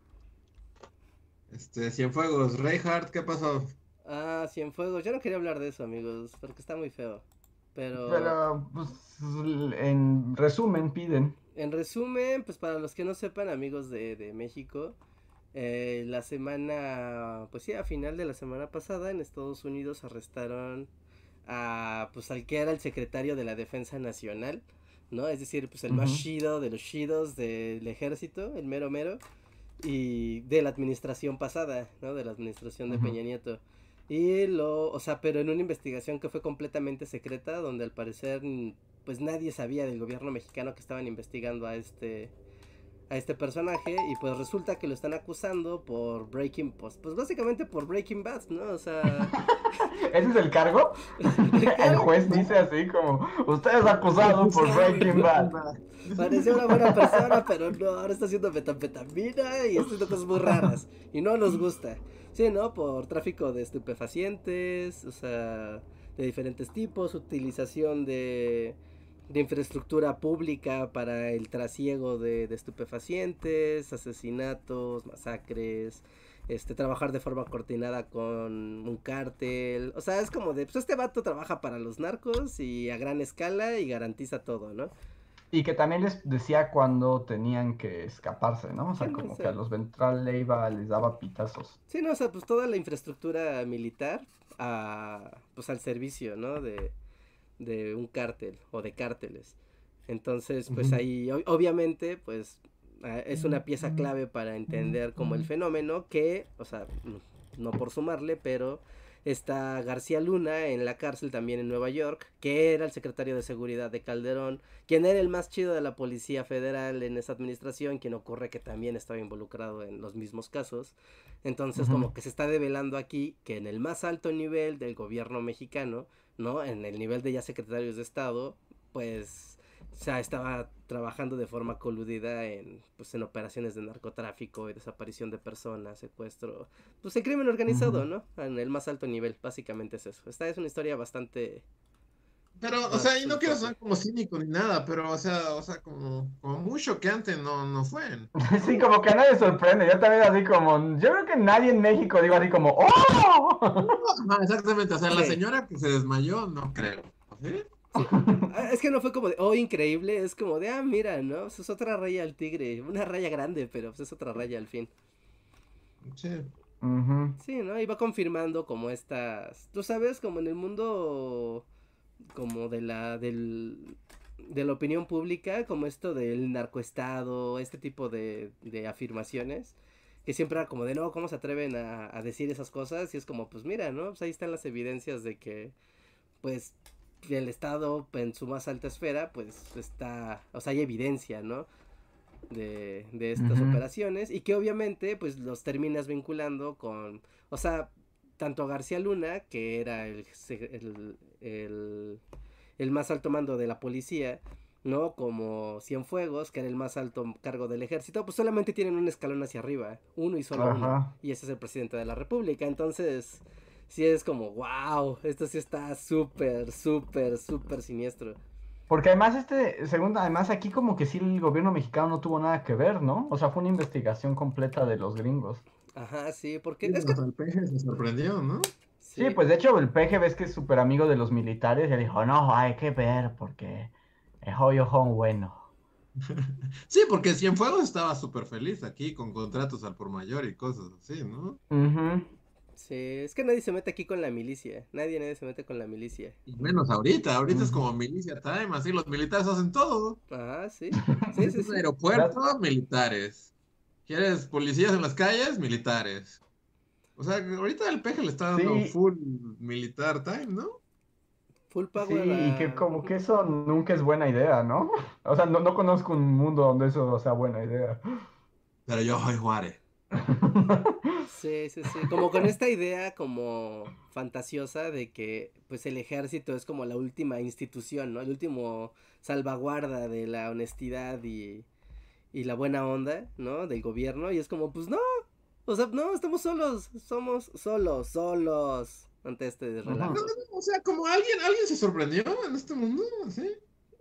Cienfuegos, Reinhardt, ¿qué pasó? Cienfuegos. Yo no quería hablar de eso, amigos, porque está muy feo. Pero, pues, en resumen, piden. En resumen, pues para los que no sepan, amigos de México, la semana, pues sí, a final de la semana pasada en Estados Unidos arrestaron pues al que era el secretario de la Defensa Nacional, ¿no? Es decir, pues el más chido de los chidos del ejército, el mero mero, y de la administración pasada, ¿no? De la administración de Peña Nieto. O sea, pero en una investigación que fue completamente secreta, donde al parecer, pues nadie sabía del gobierno mexicano que estaban investigando a este personaje, y pues resulta que lo están acusando por pues básicamente por Breaking Bad, ¿no? O sea... ¿Ese es el cargo? El juez dice así como: usted es acusado por Breaking Bad. Parecía una buena persona, pero no, ahora está haciendo metanfetamina y está haciendo cosas muy raras y no nos gusta. Sí, ¿no? Por tráfico de estupefacientes, o sea... de diferentes tipos, utilización de infraestructura pública para el trasiego de estupefacientes, asesinatos, masacres, trabajar de forma coordinada con un cártel. O sea, es como de, pues este vato trabaja para los narcos y a gran escala y garantiza todo, ¿no? Y que también les decía cuando tenían que escaparse, ¿no? O Sí, sea, no, o como que sea, a los Ventral Leiva les daba pitazos. sí, no, o sea, pues toda la infraestructura militar pues al servicio, ¿no? De un cártel o de cárteles. Entonces, pues ahí obviamente, pues es una pieza clave para entender como el fenómeno que, o sea, no por sumarle, pero está García Luna en la cárcel también en Nueva York, que era el secretario de seguridad de Calderón, quien era el más chido de la Policía Federal en esa administración, quien ocurre que también estaba involucrado en los mismos casos. Entonces, como que se está develando aquí que en el más alto nivel del gobierno mexicano, ¿no? En el nivel de ya secretarios de Estado, pues, o sea, estaba trabajando de forma coludida pues, en operaciones de narcotráfico y desaparición de personas, secuestro, pues el crimen organizado, ¿no? En el más alto nivel, básicamente es eso. Esta es una historia bastante... Pero, o sea, y no quiero sonar como cínico ni nada, pero, o sea, como muy choqueante no fue. Sí, como que a nadie sorprende. Yo también así como, yo creo que nadie en México digo así como, ¡oh! Ajá, exactamente, o sea, la Sí. señora que se desmayó, no creo. ¿Sí? Sí. Es que no fue como de, oh, increíble, es como de, mira, ¿no? Pues es otra raya al tigre, una raya grande, pero pues es otra raya al fin. Sí. Sí, ¿no? Y va confirmando como estas, tú sabes, como en el mundo como de la opinión pública, como esto del narcoestado, este tipo de afirmaciones, que siempre era como de, no, ¿cómo se atreven a decir esas cosas? Y es como, pues mira, ¿no? Pues ahí están las evidencias de que, pues, el Estado en su más alta esfera, pues está, o sea, hay evidencia, ¿no? De estas operaciones y que obviamente pues los terminas vinculando con, o sea, tanto a García Luna, que era el más alto mando de la policía, ¿no? Como Cienfuegos, que era el más alto cargo del ejército, pues solamente tienen un escalón hacia arriba, uno y solo uno, y ese es el presidente de la república. Entonces sí es como, wow, esto sí está súper, súper, súper siniestro. Porque además además aquí como que sí el gobierno mexicano no tuvo nada que ver, ¿no? O sea, fue una investigación completa de los gringos. Ajá, sí, porque Sí, es que... hasta el peje se sorprendió, ¿no? Sí, Sí, pues de hecho el PG ves que es súper amigo de los militares y él dijo, no, hay que ver porque es hoyo son bueno. Sí, porque Cienfuegos estaba súper feliz aquí con contratos al por mayor y cosas así, ¿no? sí, es que nadie se mete aquí con la milicia, nadie se mete con la milicia. Y menos ahorita es como milicia time, así los militares hacen todo. Ajá, sí, sí, ¿Quieres sí, un sí. aeropuerto? Militares. ¿Quieres policías en las calles? Militares. O sea, ahorita el peje le está dando Sí, full militar time, ¿no? Full sí, power y que a... como que eso nunca es buena idea, ¿no? O sea, no conozco un mundo donde eso sea buena idea. Pero yo soy Juárez. Sí, sí, sí, como con esta idea como fantasiosa de que pues el ejército es como la última institución, ¿no? El último salvaguarda de la honestidad y la buena onda, ¿no? Del gobierno y es como pues no, o sea, no, estamos solos, somos solos ante este Ujú. relajo. O sea, como alguien se sorprendió en este mundo, ¿sí?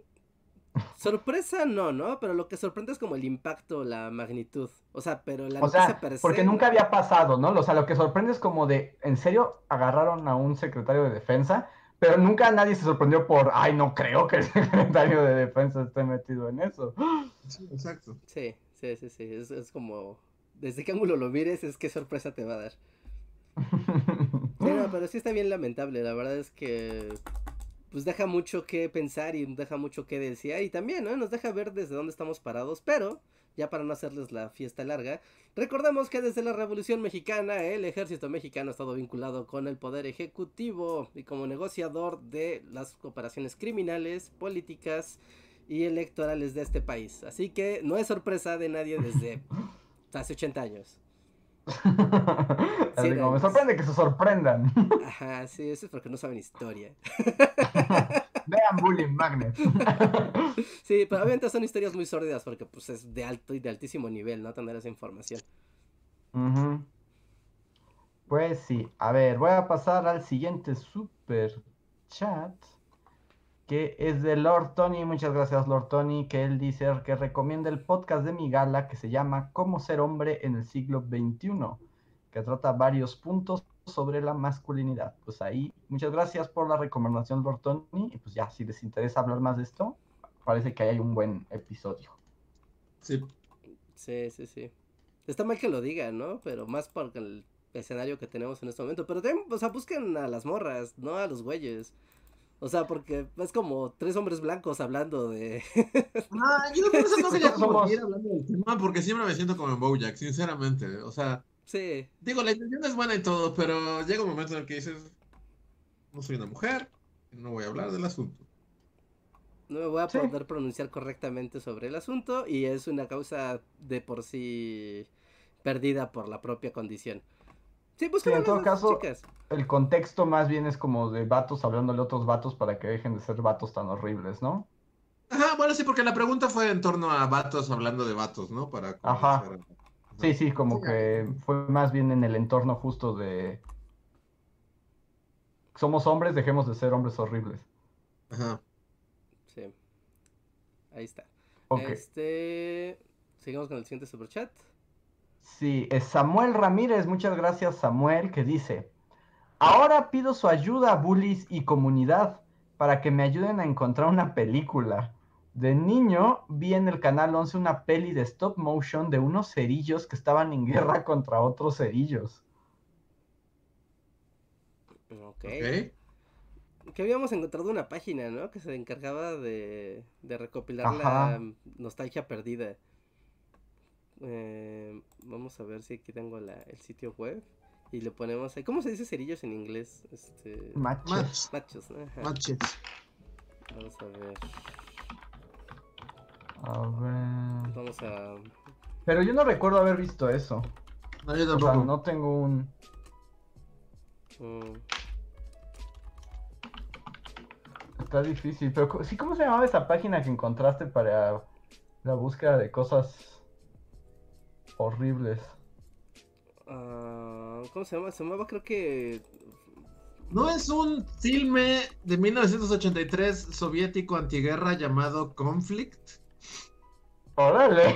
Sorpresa no, ¿no? Pero lo que sorprende es como el impacto, la magnitud. O sea, pero la O noticia sea, per porque se, nunca ¿no? había pasado, ¿no? O sea, lo que sorprende es como de, ¿en serio agarraron a un secretario de defensa? Pero nunca nadie se sorprendió por, ay, no creo que el secretario de defensa esté metido en eso. Sí, exacto. Sí, sí, sí, sí. Es como. Desde qué ángulo lo mires, es qué sorpresa te va a dar. Sí, no, pero sí está bien lamentable. La verdad es que. Pues deja mucho que pensar y deja mucho que decir. Y también, ¿no? Nos deja ver desde dónde estamos parados. Pero, ya para no hacerles la fiesta larga, recordamos que desde la Revolución Mexicana, el ejército mexicano ha estado vinculado con el poder ejecutivo y como negociador de las operaciones criminales, políticas y electorales de este país. Así que no es sorpresa de nadie desde hace 80 años. Así 100 como, me años. sorprende que se sorprendan. Ajá, sí, eso es porque no saben historia. Vean Bullying Magnets. Sí, pero obviamente son historias muy sórdidas porque pues es de alto y de altísimo nivel, ¿no? Tener esa información. Pues sí, a ver, voy a pasar al siguiente súper. chat, que es de Lord Tony. Muchas gracias, Lord Tony, que él dice que recomienda el podcast de mi gala que se llama Cómo ser hombre en el siglo XXI, que trata varios puntos sobre la masculinidad. Pues ahí, muchas gracias por la recomendación, Lord Tony, y pues ya, si les interesa hablar más de esto, parece que ahí hay un buen episodio. Sí. Sí. Está mal que lo digan, ¿no? Pero más por el escenario que tenemos en este momento. Pero también, o sea, busquen a las morras, no a los güeyes. O sea, porque es como 3 hombres blancos hablando de... Yo por eso no quería Somos- ir hablando del tema, porque siempre me siento como en BoJack, sinceramente. O sea, Sí, digo, la intención es buena y todo, pero llega un momento en el que dices, no soy una mujer, no voy a hablar del asunto. no me voy a Sí. poder pronunciar correctamente sobre el asunto y es una causa de por sí perdida por la propia condición. Sí, busquen Sí, a en todo las caso, chicas. el contexto más bien es como de vatos hablándole a otros vatos para que dejen de ser vatos tan horribles, ¿no? Ajá, bueno, sí, porque la pregunta fue en torno a vatos hablando de vatos, ¿no? Para Ajá. convencer a... Sí, sí, como Sí, que fue más bien en el entorno justo de... Somos hombres, dejemos de ser hombres horribles. Ajá. Sí, ahí está. Ok. Sigamos con el siguiente superchat. Sí, es Samuel Ramírez, muchas gracias Samuel, que dice, ahora pido su ayuda, bullies y comunidad, para que me ayuden a encontrar una película. De niño vi en el canal 11 una peli de stop motion de unos cerillos que estaban en guerra contra otros cerillos. Ok. Ok. Que habíamos encontrado una página, ¿no? Que se encargaba de recopilar Ajá. la nostalgia perdida. Vamos a ver si aquí tengo el sitio web. Y le ponemos ahí. ¿Cómo se dice cerillos en inglés? Matches. Machos, ¿no? Ajá. Matches. Vamos a ver. A ver... Vamos a... Pero yo no recuerdo haber visto eso. No, yo O sea, tampoco. no tengo un... mm, Está difícil, pero sí, ¿cómo se llamaba esa página que encontraste para la búsqueda de cosas horribles? ¿Cómo se llama? Se llamaba, creo que... ¿No es un filme de 1983 soviético antiguerra llamado Conflict? ¡Órale!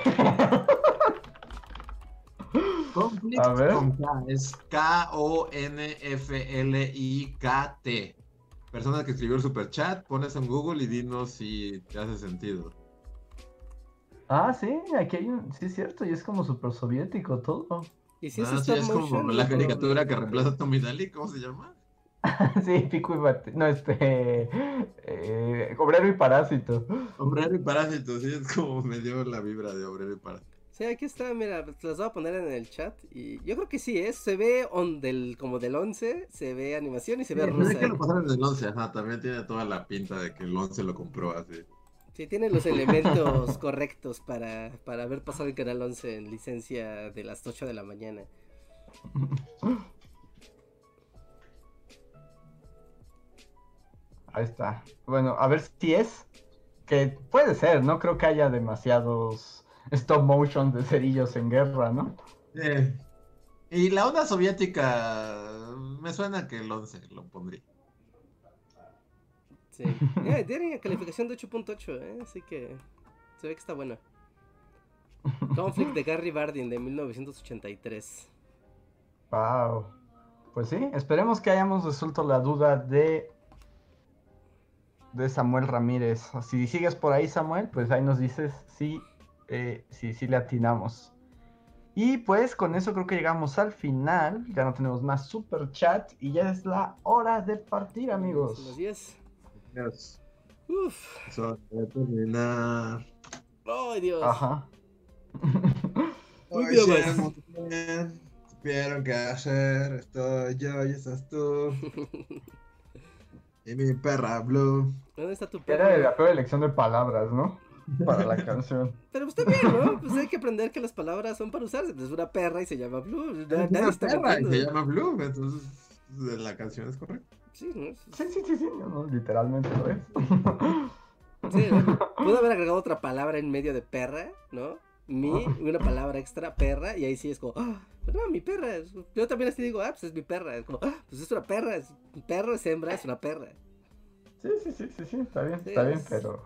Conflict A ver. con K, es Konflikt. Persona que escribió el superchat, pones en Google y dinos si te hace sentido. Ah, sí, aquí hay un... Sí, es cierto, y es como súper soviético todo. ¿Y si es Sí, stop es motion? como la o- caricatura que reemplaza a Tommy Daly, ¿cómo se llama? Sí, pico y bate... No, Obrero y Parásito. Obrero y Parásito, sí, es como me dio la vibra de Obrero y Parásito. Sí, aquí está, mira, te las voy a poner en el chat. Y yo creo que sí, se ve como del 11, se ve animación y se ve Sí, rusa. es que lo pasaron en el 11, ajá, también tiene toda la pinta de que el 11 lo compró así. Sí, tiene los elementos correctos para haber pasado en Canal 11 en licencia de las 8 de la mañana. Ahí está. Bueno, a ver si es. Que puede ser, no creo que haya demasiados stop motion de cerillos en guerra, ¿no? Y la onda soviética, me suena que el 11 lo pondría. Sí. Tiene calificación de 8.8, así que se ve que está bueno. Conflict de Gary Bardin de 1983. Wow. Pues sí, esperemos que hayamos resuelto la duda de Samuel Ramírez. Si sigues por ahí, Samuel, pues ahí nos dices si le atinamos. Y pues con eso creo que llegamos al final. Ya no tenemos más super chat y ya es la hora de partir, Son las amigos. 10. Dios, Uf. eso debe terminar. Ay, Dios. Ajá. Un Hoy día sí, más. muy bien. Supieron qué hacer. Estoy yo y estás tú. Y mi perra Blue. ¿Dónde está tu Era perro? la peor elección de palabras, ¿no? Para la canción. Pero está bien, ¿no? Pues hay que aprender que las palabras son para usarse. Es una perra y se llama Blue. Es Nadie una está perra y mintiendo. se llama Blue. Entonces, la canción es correcta. Sí, ¿no? Sí, no, literalmente lo es. Sí, ¿no? Pudo haber agregado otra palabra en medio de perra, ¿no? Una palabra extra, perra, y ahí sí es como, pero no, mi perra. Yo también así digo, pues es mi perra. Es como, pues es una perra. Un perro es hembra, es una perra. Sí, está bien, Sí, pero...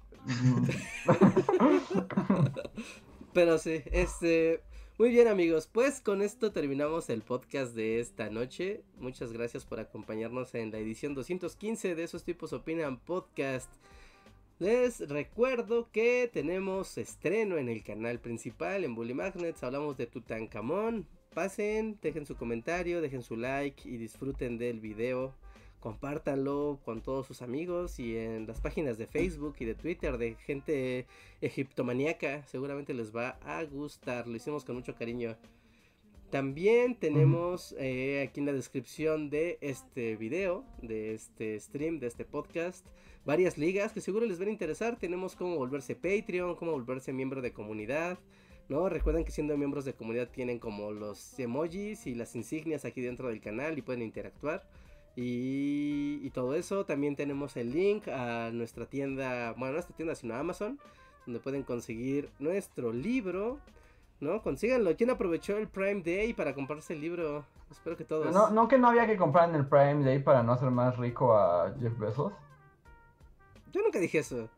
Pero sí, muy bien amigos, pues con esto terminamos el podcast de esta noche. Muchas gracias por acompañarnos en la edición 215 de Esos Tipos Opinan Podcast. Les recuerdo que tenemos estreno en el canal principal, en Bully Magnets, hablamos de Tutankamón. Pasen, dejen su comentario, dejen su like y disfruten del video. Compártanlo con todos sus amigos y en las páginas de Facebook y de Twitter de gente egiptomaníaca. Seguramente les va a gustar, lo hicimos con mucho cariño. También tenemos aquí en la descripción de este video, de este stream, de este podcast, varias ligas que seguro les van a interesar. Tenemos cómo volverse Patreon, cómo volverse miembro de comunidad, ¿no? Recuerden que siendo miembros de comunidad tienen como los emojis y las insignias aquí dentro del canal y pueden interactuar. Y todo eso. También tenemos el link a nuestra tienda, bueno, no nuestra tienda sino a Amazon, donde pueden conseguir nuestro libro, ¿no? Consíganlo. ¿Quién aprovechó el Prime Day para comprarse el libro? Espero que todos. No que no había que comprar en el Prime Day para no hacer más rico a Jeff Bezos. Yo nunca dije eso.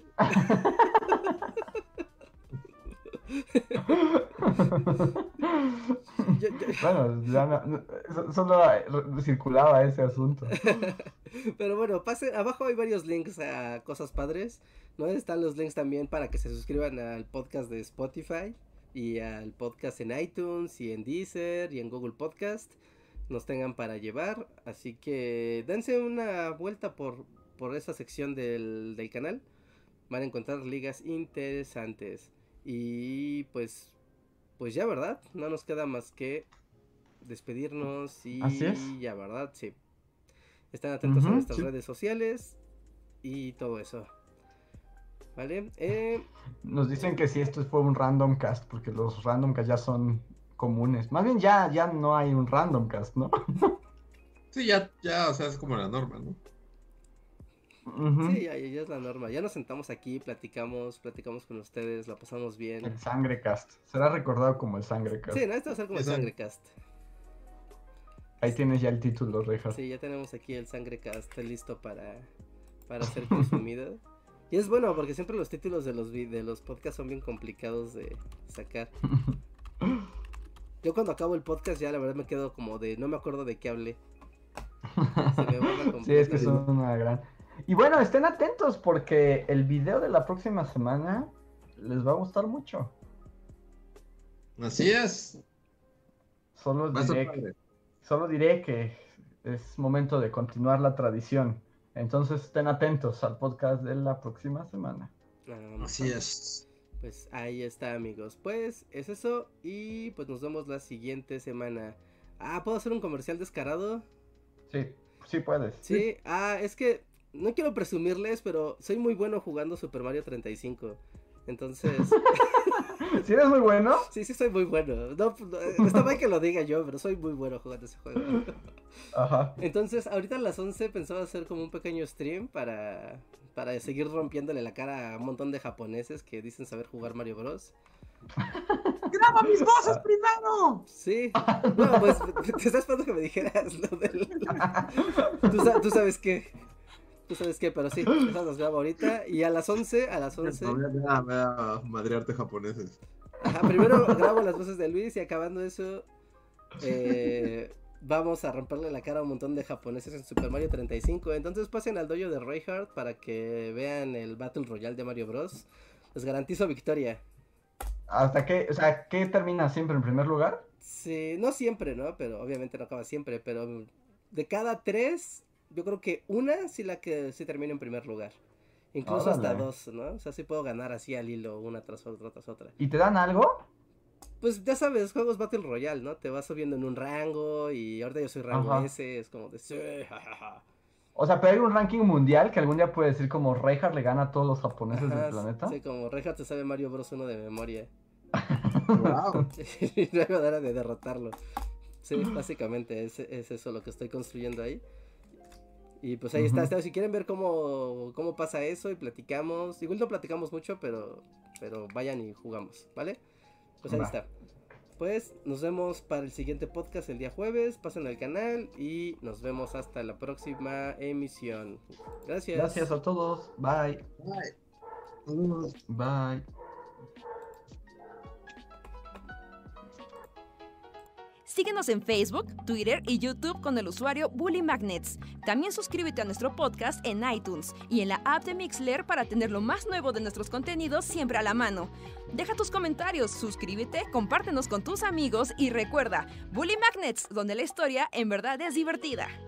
Bueno, ya solo circulaba ese asunto. Pero bueno, pasen, abajo hay varios links a cosas padres, ¿no? Están los links también para que se suscriban al podcast de Spotify y al podcast en iTunes y en Deezer y en Google Podcast. Nos tengan para llevar, así que dense una vuelta por esa sección del canal. Van a encontrar ligas interesantes. Y pues ya, ¿verdad? No nos queda más que despedirnos y Así es. ya, ¿verdad? Sí. Están atentos a nuestras redes sociales y todo eso. ¿Vale? Nos dicen que si esto fue un random cast, porque los random cast ya son comunes. Más bien ya no hay un random cast, ¿no? Sí, ya, o sea, es como la norma, ¿no? Sí, ya es la norma. Ya nos sentamos aquí, platicamos con ustedes, la pasamos bien. El Sangrecast. Será recordado como el Sangrecast. Sí, no, esto va a ser como el Sangrecast. Ahí tienes ya el título, Rejas. Sí, ya tenemos aquí el Sangrecast listo para ser consumido. Y es bueno porque siempre los títulos de los podcasts son bien complicados de sacar. Yo cuando acabo el podcast ya la verdad me quedo como de no me acuerdo de qué hablé. Se me borra completo. Sí, es que son una gran... Y bueno, estén atentos porque el video de la próxima semana les va a gustar mucho. Así es. Solo diré que es momento de continuar la tradición. Entonces estén atentos al podcast de la próxima semana. Así es. Pues ahí está, amigos. Pues es eso y pues nos vemos la siguiente semana. ¿Puedo hacer un comercial descarado? Sí puedes. Sí, es que no quiero presumirles, pero soy muy bueno jugando Super Mario 35. Entonces... ¿Sí eres muy bueno? Sí, soy muy bueno. No, está mal que lo diga yo, pero soy muy bueno jugando ese juego. Ajá. Entonces, ahorita a las 11 pensaba hacer como un pequeño stream para seguir rompiéndole la cara a un montón de japoneses que dicen saber jugar Mario Bros. ¡Graba mis voces primero! Sí. No, pues te estás esperando que me dijeras lo del... ¿Tú sabes qué? Pero sí, esas las grabo ahorita. Y a las 11. Me da madrearte japoneses. Ajá, primero grabo las voces de Luis y acabando eso, vamos a romperle la cara a un montón de japoneses en Super Mario 35. Entonces pasen al dojo de Reinhardt para que vean el Battle Royale de Mario Bros. Les garantizo victoria. ¿Hasta qué? O sea, ¿qué termina siempre en primer lugar? Sí, no siempre, ¿no? Pero obviamente no acaba siempre, pero de cada 3... Yo creo que una sí sí termina en primer lugar. Incluso hasta 2, ¿no? O sea, sí puedo ganar así al hilo, una tras otra. ¿Y te dan algo? Pues ya sabes, juegos Battle Royale, ¿no? Te vas subiendo en un rango y ahorita yo soy rango S, es como de... Sí, jajaja. O sea, pero hay un ranking mundial que algún día puede decir como Reinhardt le gana a todos los japoneses del planeta. Sí, como Reinhardt se sabe Mario Bros 1 de memoria. Wow. No hay manera de derrotarlo. Sí, básicamente es eso lo que estoy construyendo ahí. Y pues ahí está, si quieren ver cómo pasa eso y platicamos, igual no platicamos mucho, pero vayan y jugamos, ¿vale? Pues ahí está. pues nos vemos para el siguiente podcast el día jueves. Pasen al canal y nos vemos hasta la próxima emisión. Gracias. Gracias a todos. Bye. Bye. Bye. Síguenos en Facebook, Twitter y YouTube con el usuario Bully Magnets. También suscríbete a nuestro podcast en iTunes y en la app de Mixler para tener lo más nuevo de nuestros contenidos siempre a la mano. Deja tus comentarios, suscríbete, compártenos con tus amigos y recuerda, Bully Magnets, donde la historia en verdad es divertida.